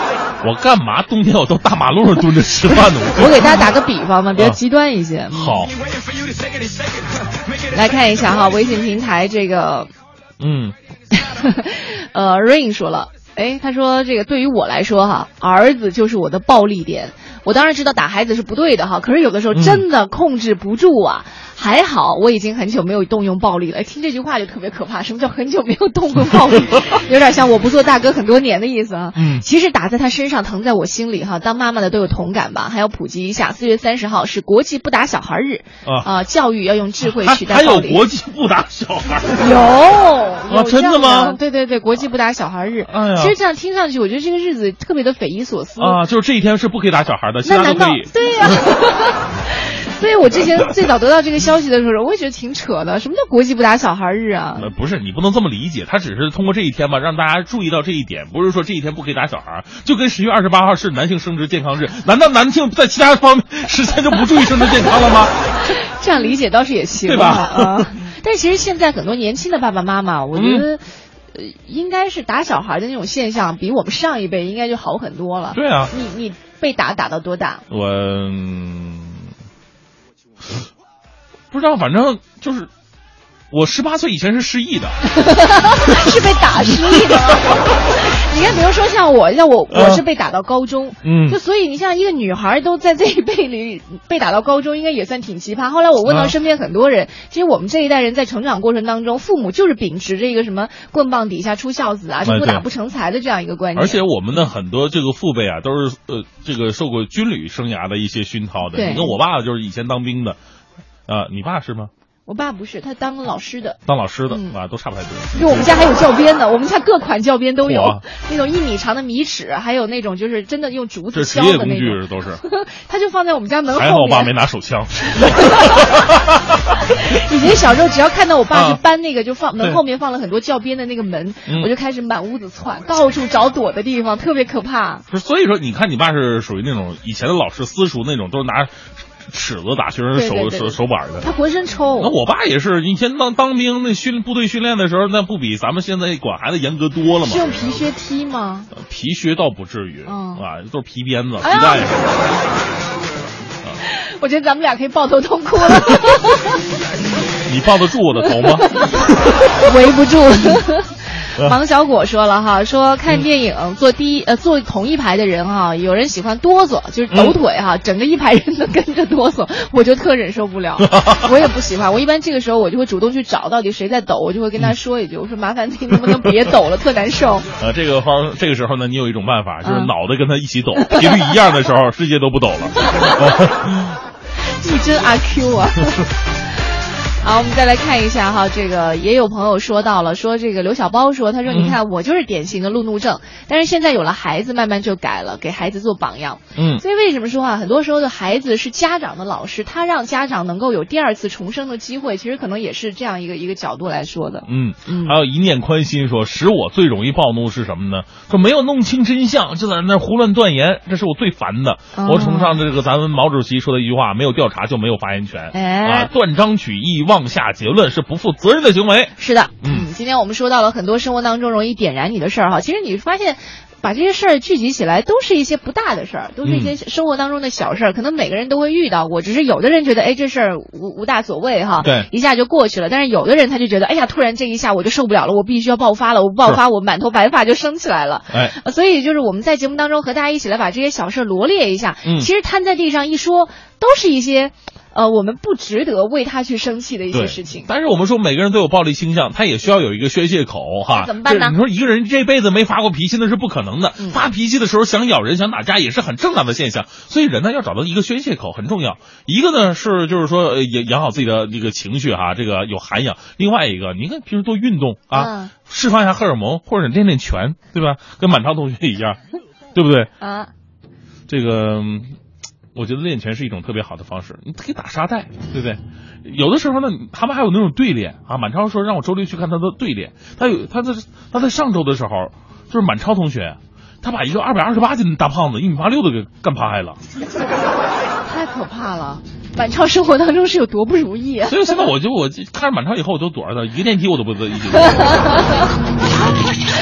我干嘛冬天我都大马路上蹲着吃饭呢？ 我给大家打个比方嘛，比较极端一些。 啊、好， 来看一下哈，微信平台这个， 嗯， 呃 ，Rain 说了。哎，他说这个对于我来说哈，儿子就是我的暴力点。我当然知道打孩子是不对的哈，可是有的时候真的控制不住啊。嗯、还好我已经很久没有动用暴力了。听这句话就特别可怕，什么叫很久没有动过暴力？有点像我不做大哥很多年的意思啊。 嗯， 其实打在他身上，疼在我心里哈。当妈妈的都有同感吧？还要普及一下，四月三十号是国际不打小孩日啊、呃，教育要用智慧取代暴力。 还有国际不打小孩？ 有啊，真的吗？ 对对对，国际不打小孩日。 哎呀， 其实这样听上去，我觉得这个日子特别的匪夷所思啊，就是这一天是不可以打小孩的，其他都可以。 对呀、啊。所以我之前最早得到这个消息的时候，我也觉得挺扯的。什么叫国际不打小孩日啊？ 呃，不是，你不能这么理解，他只是通过这一天嘛，让大家注意到这一点，不是说这一天不可以打小孩，就跟十月二十八号是男性生殖健康日，难道男性在其他方面时间就不注意生殖健康了吗？ 这样理解倒是也行， 对吧？ 啊，但其实现在很多年轻的爸爸妈妈，我觉得。嗯呃，应该是打小孩的那种现象，比我们上一辈应该就好很多了。 对啊， 你你被打打到多大？ 我、嗯、不知道，反正就是我十八岁以前是失忆的， 是被打失忆的。你看，比如说像我，像我，我是被打到高中， 嗯， 就所以你像一个女孩都在这一辈里被打到高中，应该也算挺奇葩。后来我问到身边很多人，啊、其实我们这一代人在成长过程当中，父母就是秉持着一个什么棍棒底下出孝子啊，就不打不成才的这样一个观念。 而且我们的很多这个父辈啊，都是呃这个受过军旅生涯的一些熏陶的。你跟我爸就是以前当兵的，啊、呃，你爸是吗？ 我爸不是，他当老师的， 当老师的、 嗯、 啊，都差不太多。 就我们家还有教鞭呢，我们家各款教鞭都有，那种一米长的米尺，还有那种就是真的用竹子削的那种。 这职业工具都是。 他就放在我们家门后面。 还好我爸没拿手枪。 以前小时候只要看到我爸是搬那个，就放门后面放了很多教鞭的那个门，我就开始满屋子窜，到处找躲的地方，特别可怕。 所以说，你看你爸是属于那种以前的老师私塾那种，都是拿尺子打学生手对对对手手板的， 他浑身抽。 那我爸也是，以前当当兵那训部队训练的时候，那不比咱们现在管孩子严格多了吗？ 是用皮靴踢吗？ 皮靴倒不至于， 嗯、 啊，都是皮鞭子、皮哎、 带什么的。 我觉得咱们俩可以抱头痛哭了。 你抱得住我的头吗？ 围不住。王小果说了哈，说看电影、嗯、坐第一呃坐同一排的人哈，有人喜欢哆嗦，就是抖腿哈、嗯，整个一排人都跟着哆嗦，我就特忍受不了，我也不喜欢。我一般这个时候我就会主动去找到底谁在抖，我就会跟他说一句，我说麻烦你能不能别抖了，特难受。 呃，这个方这个时候呢，你有一种办法，就是脑袋跟他一起抖，频率一样的时候，世界都不抖了。 你真阿 Q 啊！好，我们再来看一下哈，这个也有朋友说到了，说这个刘小包说，他说你看我就是典型的路怒症，但是现在有了孩子，慢慢就改了，给孩子做榜样。 嗯， 所以为什么说啊，很多时候的孩子是家长的老师，他让家长能够有第二次重生的机会，其实可能也是这样一个一个角度来说的。 嗯嗯， 还有一念宽心说，使我最容易暴怒是什么呢？说没有弄清真相就在那胡乱断言，这是我最烦的。哦、我崇尚这个咱们毛主席说的一句话，没有调查就没有发言权。 哎， 啊，断章取义、妄下结论是不负责任的行为。 是的， 嗯， 今天我们说到了很多生活当中容易点燃你的事儿哈，其实你发现把这些事儿聚集起来，都是一些不大的事儿，都是一些生活当中的小事儿、嗯，可能每个人都会遇到过，只是有的人觉得哎这事儿无无大所谓哈， 对， 一下就过去了，但是有的人他就觉得哎呀突然这一下我就受不了了，我必须要爆发了，我不爆发我满头白发就升起来了， 哎， 所以就是我们在节目当中和大家一起来把这些小事罗列一下， 嗯， 其实摊在地上一说，都是一些。呃，我们不值得为他去生气的一些事情。 但是我们说每个人都有暴力倾向，他也需要有一个宣泄口哈。 怎么办呢？ 你说一个人这辈子没发过脾气那是不可能的、嗯，发脾气的时候想咬人想打架也是很正常的现象。所以人呢要找到一个宣泄口很重要。一个呢是就是说养养好自己的这个情绪哈，这个有涵养。另外一个，你看平时多运动啊，嗯、释放一下荷尔蒙，或者练练拳，对吧？跟满超同学一样，对不对？ 啊， 这个。我觉得练拳是一种特别好的方式，你可以打沙袋，对不对？有的时候呢，他们还有那种对练啊。满超说让我周六去看他的对练，他有他在他在上周的时候，就是满超同学，他把一个二百二十八斤的大胖子一米八六的给干趴了， 太可怕了。满超生活当中是有多不如意啊！ 所以现在我就我看着满超以后，我都躲着他，一个电梯我都不得一起。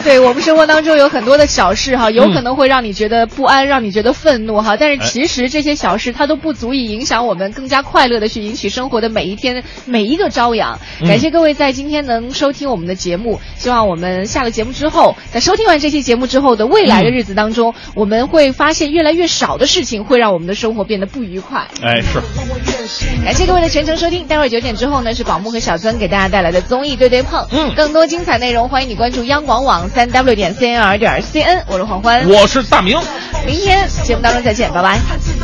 对，我们生活当中有很多的小事哈，有可能会让你觉得不安，嗯、让你觉得愤怒哈，但是其实这些小事它都不足以影响我们更加快乐的去迎娶生活的每一天每一个朝阳。感谢各位在今天能收听我们的节目，希望我们下了节目之后，在收听完这期节目之后的未来的日子当中，嗯、我们会发现越来越少的事情会让我们的生活变得不愉快。 哎，是。 感谢各位的全程收听，待会儿九点之后呢是宝木和小曾给大家带来的综艺对对碰，嗯，更多精彩内容欢迎你关注央广网三 w 点 c n r 点 c n， 我是黄欢， 我是大明， 明天节目当中再见，拜拜。